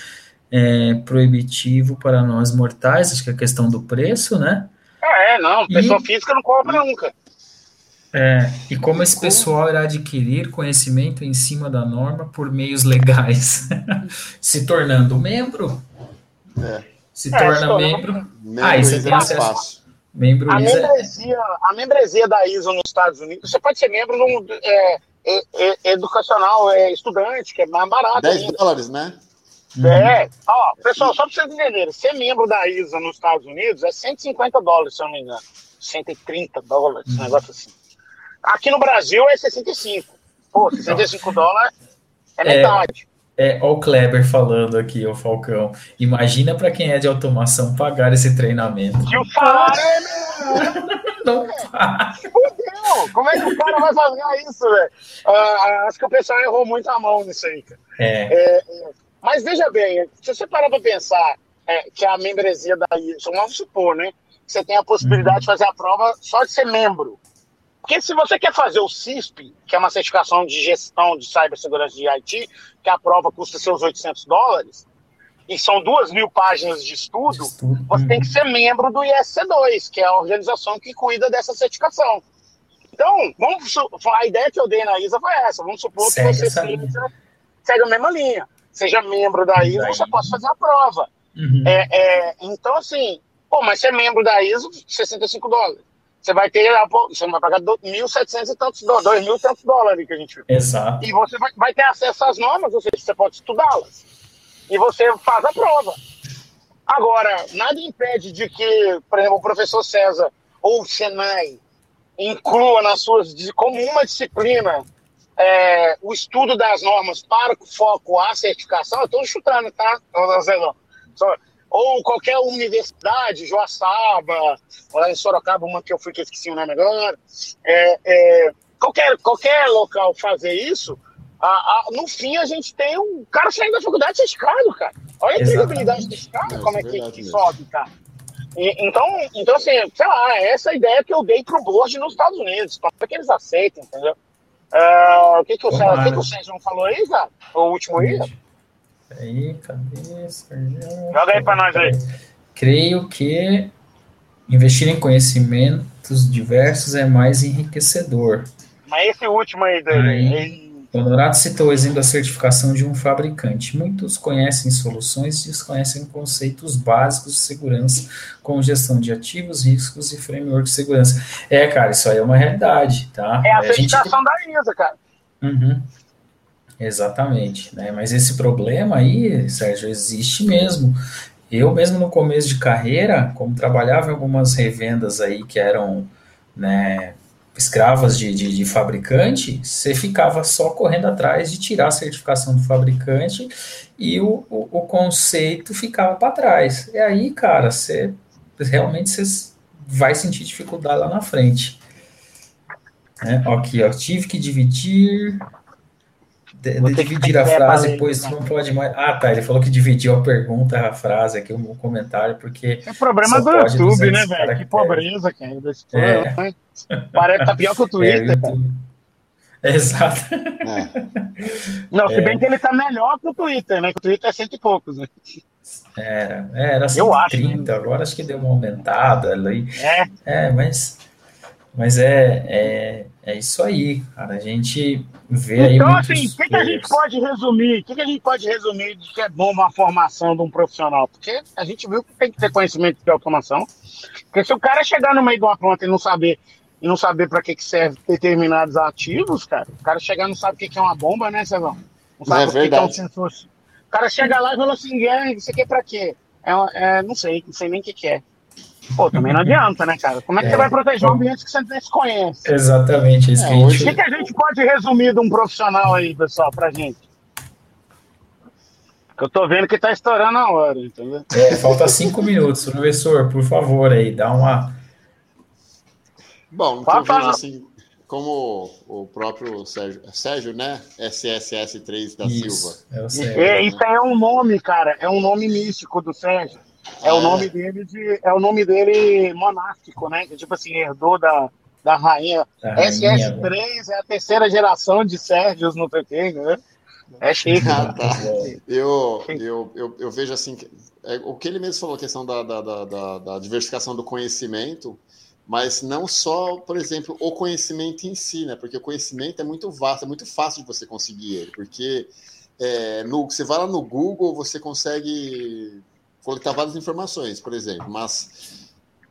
proibitivo para nós mortais, acho que é a questão do preço, né? Não, pessoa física não cobra nunca. E como esse pessoal irá adquirir conhecimento em cima da norma por meios legais? Se tornando membro? Se torna membro. Membro Você tem acesso. Fácil. Membro a membresia da ISO nos Estados Unidos, você pode ser membro educacional, estudante, que é mais barato. $10, né? Pessoal, só para vocês entenderem, ser membro da ISO nos Estados Unidos é $150, se eu não me engano. $130, um negócio assim. Aqui no Brasil é 65. Pô, $65 é metade. Olha o Kleber falando aqui, o Falcão. Imagina para quem é de automação pagar esse treinamento. Que o salário é não paga. Fudeu! Como é que o cara vai fazer isso, velho? Acho que o pessoal errou muito a mão nisso aí, cara. Mas veja bem, se você parar para pensar que a membresia da ISO, vamos supor, né? Você tem a possibilidade de fazer a prova só de ser membro. Porque se você quer fazer o CISP, que é uma certificação de gestão de cibersegurança de IT, que a prova custa seus $800, e são 2.000 páginas de estudo, você tem que ser membro do ISC2, que é a organização que cuida dessa certificação. Então, a ideia que eu dei na ISA foi essa. Vamos supor que você segue a mesma linha. Seja membro da ISA, você pode fazer a prova. Então, assim, mas ser membro da ISO, $65. Você vai pagar 1.700 e tantos dólares, 2.000 e tantos dólares que a gente viu. Exato. E você vai ter acesso às normas, ou seja, você pode estudá-las. E você faz a prova. Agora, nada impede de que, por exemplo, o professor César ou o Senai inclua como uma disciplina o estudo das normas para o foco à certificação. Eu estou chutando, tá? Ou qualquer universidade, Joaçaba, lá em Sorocaba, uma que eu fui que eu esqueci o nome agora, qualquer local fazer isso, no fim a gente tem um cara saindo da faculdade certificado, cara. Olha a empregabilidade desse cara, como é que sobe, cara. Então, assim, sei lá, essa é a ideia que eu dei pro board nos Estados Unidos, para que eles aceitem, entendeu? O que o Sérgio falou aí, cara? O último aí? Aí, cadê, Sérgio? Joga aí pra nós aí. Creio que investir em conhecimentos diversos é mais enriquecedor. Mas esse último aí... O Honorato citou o exemplo da certificação de um fabricante. Muitos conhecem soluções e desconhecem conceitos básicos de segurança, como gestão de ativos, riscos e framework de segurança. Cara, isso aí é uma realidade, tá? É a certificação da ISA, cara. Exatamente, né? Mas esse problema aí, Sérgio, existe mesmo. Eu mesmo no começo de carreira, como trabalhava em algumas revendas aí que eram, né, escravas de fabricante, você ficava só correndo atrás de tirar a certificação do fabricante e o conceito ficava para trás. E aí, cara, você vai sentir dificuldade lá na frente. Aqui, tive que dividir a frase, pois não pode mais... ele falou que dividiu a pergunta, a frase aqui, o comentário, porque... É problema do YouTube, né, velho? Que pobreza, cara. Parece que tá pior que o Twitter, cara. Exato. Não, se bem que ele tá melhor que o Twitter, né? Que o Twitter é 100 e poucos, né? Era 130, agora acho que deu uma aumentada ali. Mas é isso aí, cara. A gente vê aí. Então, assim, o que a gente pode resumir? O que a gente pode resumir de que é bom uma formação de um profissional? Porque a gente viu que tem que ter conhecimento de automação. Porque se o cara chegar no meio de uma planta e não saber para que serve determinados ativos, cara, o cara chegar e não sabe o que é uma bomba, né, Cezão? Não sabe o que é um sensor. O cara chega lá e fala assim: isso aqui é para quê? Não sei nem o que é. Pô, também não adianta, né, cara? Como é que você vai proteger um ambiente que você desconhece? Exatamente. O que a gente pode resumir de um profissional aí, pessoal, pra gente? Que eu tô vendo que tá estourando a hora, entendeu? Falta 5 minutos. Professor, por favor, aí, dá uma... Bom, não vejo assim, como o próprio Sérgio, né? SSS3 da Silva. Isso aí é um nome, cara, é um nome místico do Sérgio. É o nome dele monástico, né? Que tipo assim, herdou da rainha. SS3 é a terceira geração de Sérgios no PT, né? É chique. Ah, tá. Eu vejo assim, o que ele mesmo falou, a questão da diversificação do conhecimento, mas não só, por exemplo, o conhecimento em si, né? Porque o conhecimento é muito vasto, é muito fácil de você conseguir ele, porque você vai lá no Google, você consegue coletar várias informações, por exemplo, mas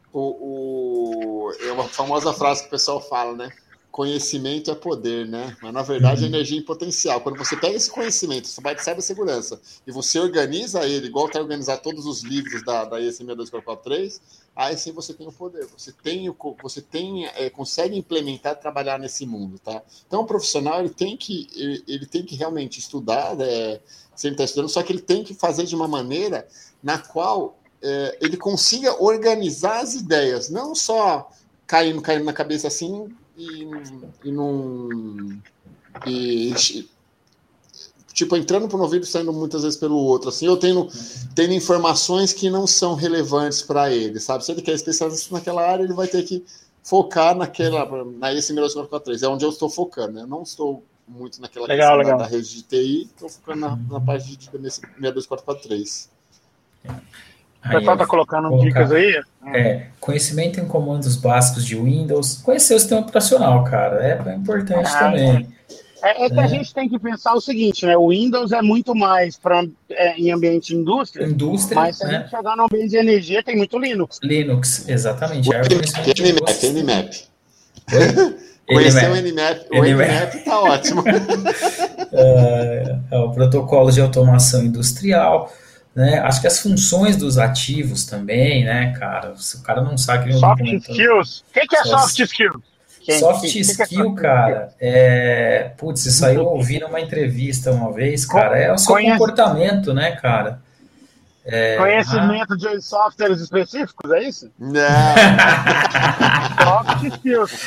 é uma famosa frase que o pessoal fala, né? Conhecimento é poder, né? Mas na verdade é energia em potencial. Quando você pega esse conhecimento, essa parte de cibersegurança, e você organiza ele, igual está organizar todos os livros da IEC 62443, aí sim você tem o poder, consegue implementar e trabalhar nesse mundo, tá? Então o profissional ele tem que realmente estudar, sempre está estudando, só que ele tem que fazer de uma maneira na qual ele consiga organizar as ideias, não só caindo na cabeça assim tipo, entrando por um ouvido e saindo muitas vezes pelo outro, assim, eu tendo informações que não são relevantes para ele, sabe? Se ele quer especialista naquela área, ele vai ter que focar na IEC 62443, é onde eu estou focando, né? Eu não estou muito naquela questão da rede de TI, estou focando na parte de 62443. O pessoal está colocando dicas aí? Conhecimento em comandos básicos de Windows, conhecer o sistema operacional, cara, é importante também. Que a gente tem que pensar o seguinte, né? O Windows é muito mais em ambiente de indústria, mas se a gente chegar no ambiente de energia, tem muito Linux. Linux, exatamente. Nmap. Conhecer o Nmap tá ótimo. O protocolo de automação industrial, né? Acho que as funções dos ativos também, né, cara? Se o cara não sabe... Soft skills. O que é soft skills? Soft skill, cara, putz, isso aí eu ouvi numa entrevista uma vez, cara, é o seu comportamento, né, cara? Conhecimento de softwares específicos, é isso? Não. Soft skills.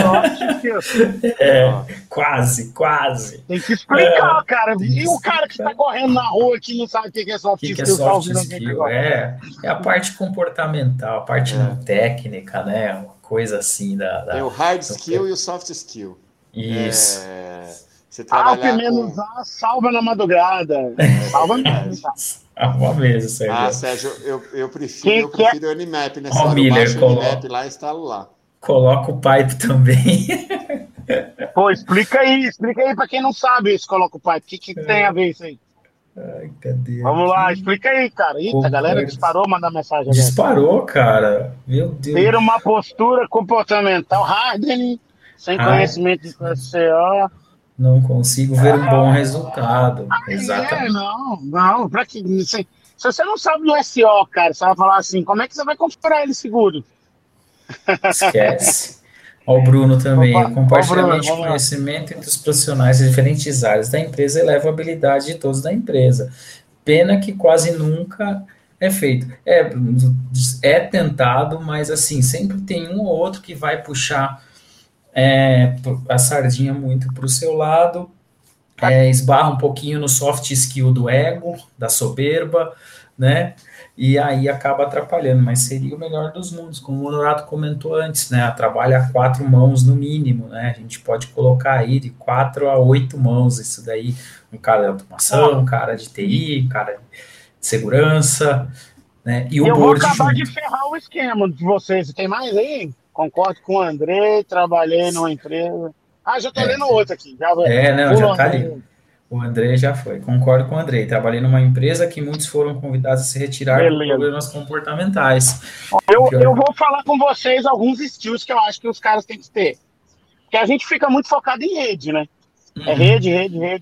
Quase. Tem que explicar, cara. E o cara que tá correndo na rua que não sabe o que é soft skill? Soft skill? É a parte comportamental, a parte não técnica, né? Coisa assim tem o hard skill e o soft skill. Isso. Você trabalhar menos A, salva na madrugada. Salva mesmo. Salva mesmo, Sérgio. Sérgio, eu prefiro o Nmap, né? O Miller, o Nmap lá e instalo lá. Coloca o pipe também. Pô, explica aí pra quem não sabe isso, coloca o pipe. O que tem a ver isso aí? Ai, cadê? Vamos lá, explica aí, cara. Eita, a galera disparou, mandar mensagem. Disparou, cara. Meu Deus. Ter uma postura comportamental hardening, sem conhecimento de SCO. Não consigo ver um bom resultado. Exatamente. Não. Pra que se você não sabe do SEO, cara, você vai falar assim, como é que você vai configurar ele seguro? Esquece. O Bruno também. O compartilhamento de conhecimento entre os profissionais de diferentes áreas da empresa eleva a habilidade de todos da empresa. Pena que quase nunca é feito. É tentado, mas assim, sempre tem um ou outro que vai puxar a sardinha muito para o seu lado, esbarra um pouquinho no soft skill do ego, da soberba, né? E aí acaba atrapalhando, mas seria o melhor dos mundos, como o Honorato comentou antes, né? Trabalha a 4 mãos no mínimo, né? A gente pode colocar aí de 4 a 8 mãos, isso daí, um cara de automação, um cara de TI, um cara de segurança, né? E o eu board vou acabar junto. de ferrar o esquema de vocês. Tem mais aí? Concordo com o André, trabalhei numa empresa. Já tô lendo outro aqui. Já tá ali. O André já foi. Concordo com o André. Trabalhei numa empresa que muitos foram convidados a se retirar por problemas comportamentais. Eu vou falar com vocês alguns skills que eu acho que os caras têm que ter. Porque a gente fica muito focado em rede, né? É rede.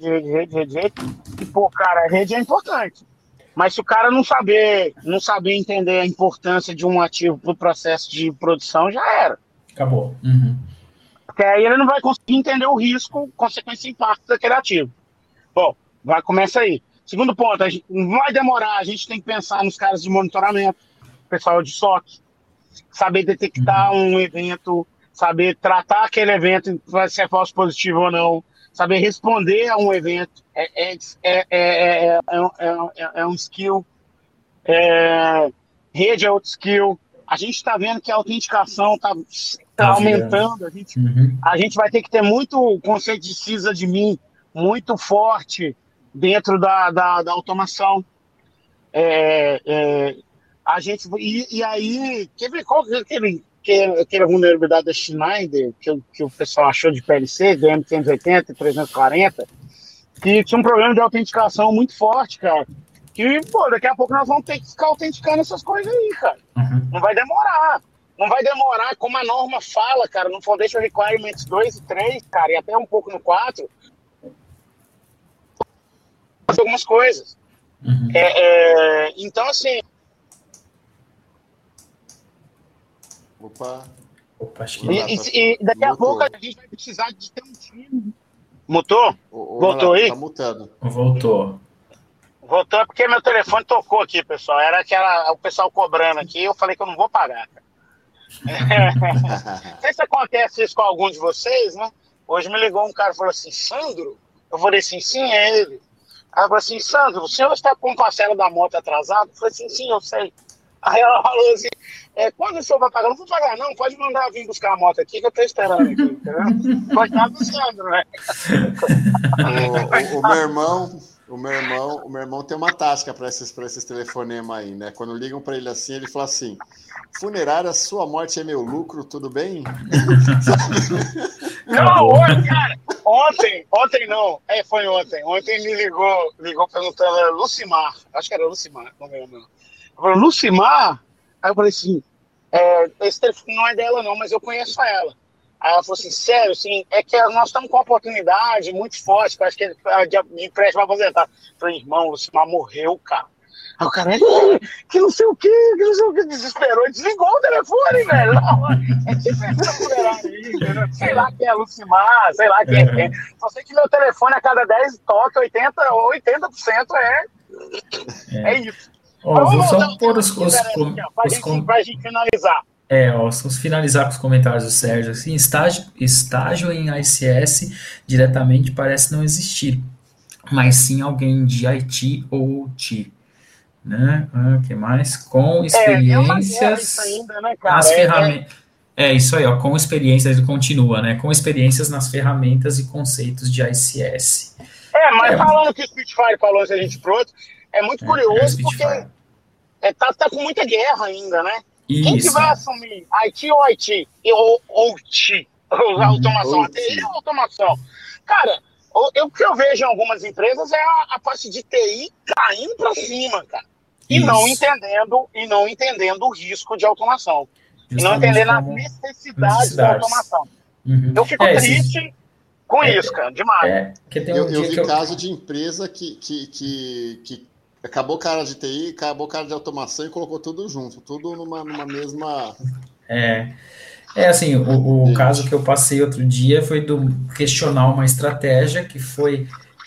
E, pô, cara, a rede é importante. Mas se o cara não saber entender a importância de um ativo para o processo de produção, já era. Acabou. Porque aí ele não vai conseguir entender o risco, consequência e impacto daquele ativo. Bom, começa aí. Segundo ponto, não vai demorar, a gente tem que pensar nos caras de monitoramento, pessoal de SOC, saber detectar um evento, saber tratar aquele evento, se é falso positivo ou não, saber responder a um evento, é um skill. Rede é outro skill. A gente está vendo que a autenticação está aumentando. A gente vai ter que ter muito conceito de CISA de mim, muito forte, dentro da automação. A gente, e aí, quer ver qual aquela vulnerabilidade da Schneider, que o pessoal achou de PLC, DM580 e 340, que tinha um problema de autenticação muito forte, cara. Que, pô, daqui a pouco nós vamos ter que ficar autenticando essas coisas aí, cara. Não vai demorar. Não vai demorar, como a norma fala, cara, no Foundation Requirements 2 e 3, cara, e até um pouco no 4, fazer algumas coisas. Então, assim... Opa, acho que... E daqui a pouco a gente vai precisar de ter um time. Mutou? Voltou aí? Tá mutando. Voltou porque meu telefone tocou aqui, pessoal. Era o pessoal cobrando aqui, eu falei que eu não vou pagar, cara. Não sei se acontece isso com algum de vocês, né? Hoje me ligou um cara e falou assim, Sandro? Eu falei assim, sim, é ele. Aí eu falei assim, Sandro, o senhor está com parcela da moto atrasada? Eu falei assim, sim, eu sei. Aí ela falou assim, quando o senhor vai pagar? Não vou pagar não, pode mandar vir buscar a moto aqui que eu tô esperando aqui, entendeu? Coitado do Sandro, né? O meu irmão tem uma tática para esses telefonemas aí, né? Quando ligam para ele assim, ele fala assim, funerária, sua morte é meu lucro, tudo bem? Não, cara, ontem não, foi ontem. Ontem me ligou perguntando, era Lucimar, acho que era Lucimar, não lembro. Eu falei, Lucimar? Aí eu falei assim, esse telefone não é dela não, mas eu conheço ela. Aí ela falou assim, sério, assim, é que nós estamos com uma oportunidade muito forte, que eu acho que ele me empresta para aposentar. Eu falei, irmão, o Lucimar morreu, cara. Aí o cara, que não sei o que, desesperou, e desligou o telefone, velho. Não, tipo essa mulherada aí, sei lá quem é Lucimar, sei lá quem é. Só sei que meu telefone a cada 10 toques, 80% é isso. Vou só pôr pra gente finalizar. Vamos finalizar com os comentários do Sérgio. Assim, estágio em ICS diretamente parece não existir, mas sim alguém de IT ou OT. Né? Que mais? Com experiências ainda, né, cara? nas ferramentas. Isso aí, com experiências, ele continua, né? Com experiências nas ferramentas e conceitos de ICS. Mas falando que o Spitfire falou se a gente pronto, é muito curioso porque tá com muita guerra ainda, né? Isso. Quem que vai assumir? IT ou IT? Ou OT? Automação, ATI ou automação? Cara, o que eu vejo em algumas empresas é a parte de TI caindo para cima, cara. E não entendendo o risco de automação. Justamente, e não entendendo a necessidade da automação. Eu fico triste com isso, cara, demais. Eu vi caso de empresa que acabou o cara de TI, acabou o cara de automação e colocou tudo junto, tudo numa mesma... assim, o caso que eu passei outro dia foi questionar uma estratégia que foi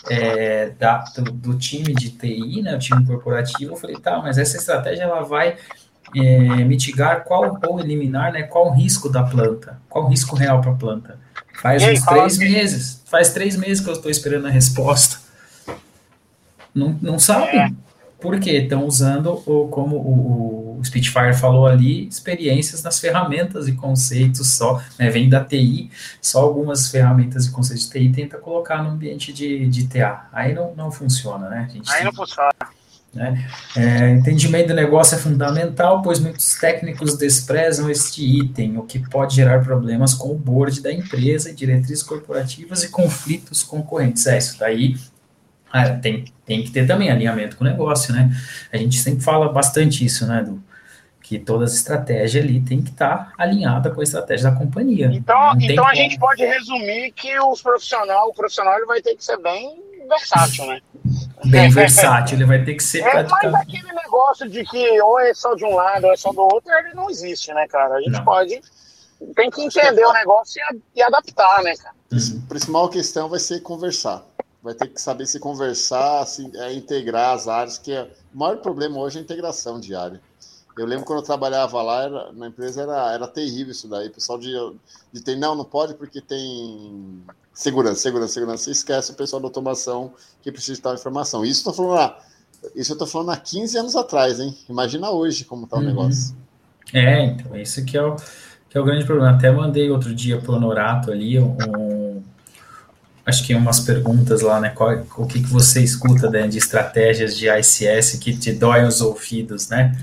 do time de TI, né, o time corporativo. Eu falei, mas essa estratégia ela vai mitigar ou eliminar, né, qual o risco da planta, qual o risco real para a planta. Faz 3 meses que eu estou esperando a resposta. Não sabem. Por quê? Estão usando, como o Spitfire falou ali, experiências nas ferramentas e conceitos só, né, vem da TI, só algumas ferramentas e conceitos de TI tenta colocar no ambiente de TA. Aí não funciona, né? Não funciona. Né? Entendimento do negócio é fundamental, pois muitos técnicos desprezam este item, o que pode gerar problemas com o board da empresa, diretrizes corporativas e conflitos concorrentes. Isso daí tem que ter também alinhamento com o negócio, né? A gente sempre fala bastante isso, né, que toda as estratégias ali tem que estar alinhada com a estratégia da companhia. Então a gente pode resumir que o profissional ele vai ter que ser bem versátil, né? Bem versátil, ele vai ter que ser praticamente... Mas aquele negócio de que ou é só de um lado ou é só do outro, ele não existe, né, cara? A gente tem que entender o negócio e adaptar, né, cara? A principal questão vai ser conversar. Vai ter que saber se conversar, integrar as áreas, que o maior problema hoje é a integração de área. Eu lembro quando eu trabalhava lá, na empresa era terrível isso daí. O pessoal de TI, não pode porque tem segurança. Você esquece o pessoal da automação que precisa de tal informação. Isso eu tô falando há 15 anos atrás, hein? Imagina hoje como tá o negócio. Então, isso que é o grande problema. Até mandei outro dia pro Honorato ali acho que umas perguntas lá, né? O que você escuta, né, de estratégias de ICS que te dói os ouvidos, né?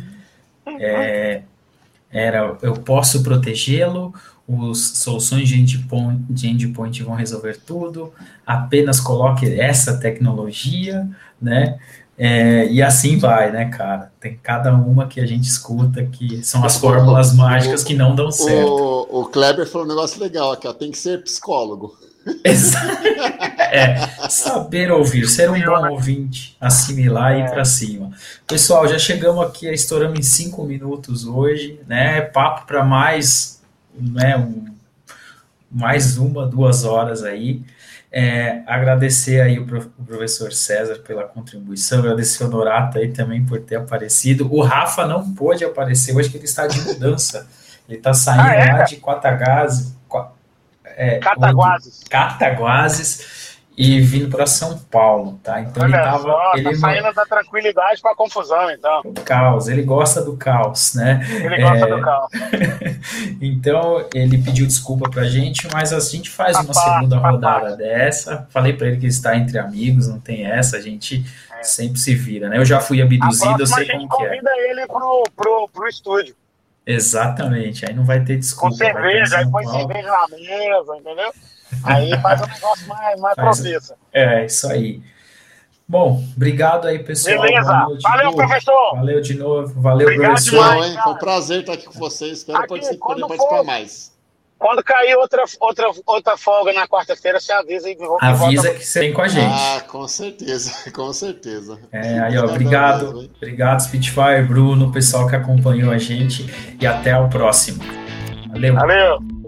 Eu posso protegê-lo, as soluções de endpoint vão resolver tudo, apenas coloque essa tecnologia, né? E assim vai, né, cara? Tem cada uma que a gente escuta que são as fórmulas mágicas que não dão certo. O Kleber falou um negócio legal aqui, ó, tem que ser psicólogo. Saber ouvir, ser um bom ouvinte, assimilar e ir para cima. Pessoal, já chegamos aqui, estouramos em 5 minutos hoje, né? Papo para mais, né? Mais 2 horas aí. Agradecer aí o professor César pela contribuição, agradecer ao Norato aí também por ter aparecido. O Rafa não pôde aparecer, hoje que ele está de mudança. Ele está saindo lá de Cataguases e vindo para São Paulo, tá? Então ele saindo da tranquilidade para a confusão, então. O caos, ele gosta do caos, né? Ele gosta do caos. Então ele pediu desculpa pra gente, mas a gente faz uma segunda rodada dessa. Falei para ele que está entre amigos, não tem essa, a gente sempre se vira, né? Eu já fui abduzido, eu sei como que é. A gente convida ele pro estúdio. Exatamente, aí não vai ter desculpa. Com cerveja, aí põe cerveja na mesa, entendeu? Aí faz um negócio mais propício. Isso aí. Bom, obrigado aí, pessoal. Beleza. Valeu, professor. Valeu de novo. Valeu, obrigado professor. Demais, foi um prazer estar aqui com vocês. Espero poder participar mais. Quando cair outra folga na quarta-feira, você avisa e avisa que você vem com a gente. Com certeza, com certeza. Aí, ó, obrigado, Spitfire, Bruno, pessoal que acompanhou a gente e até o próximo. Valeu.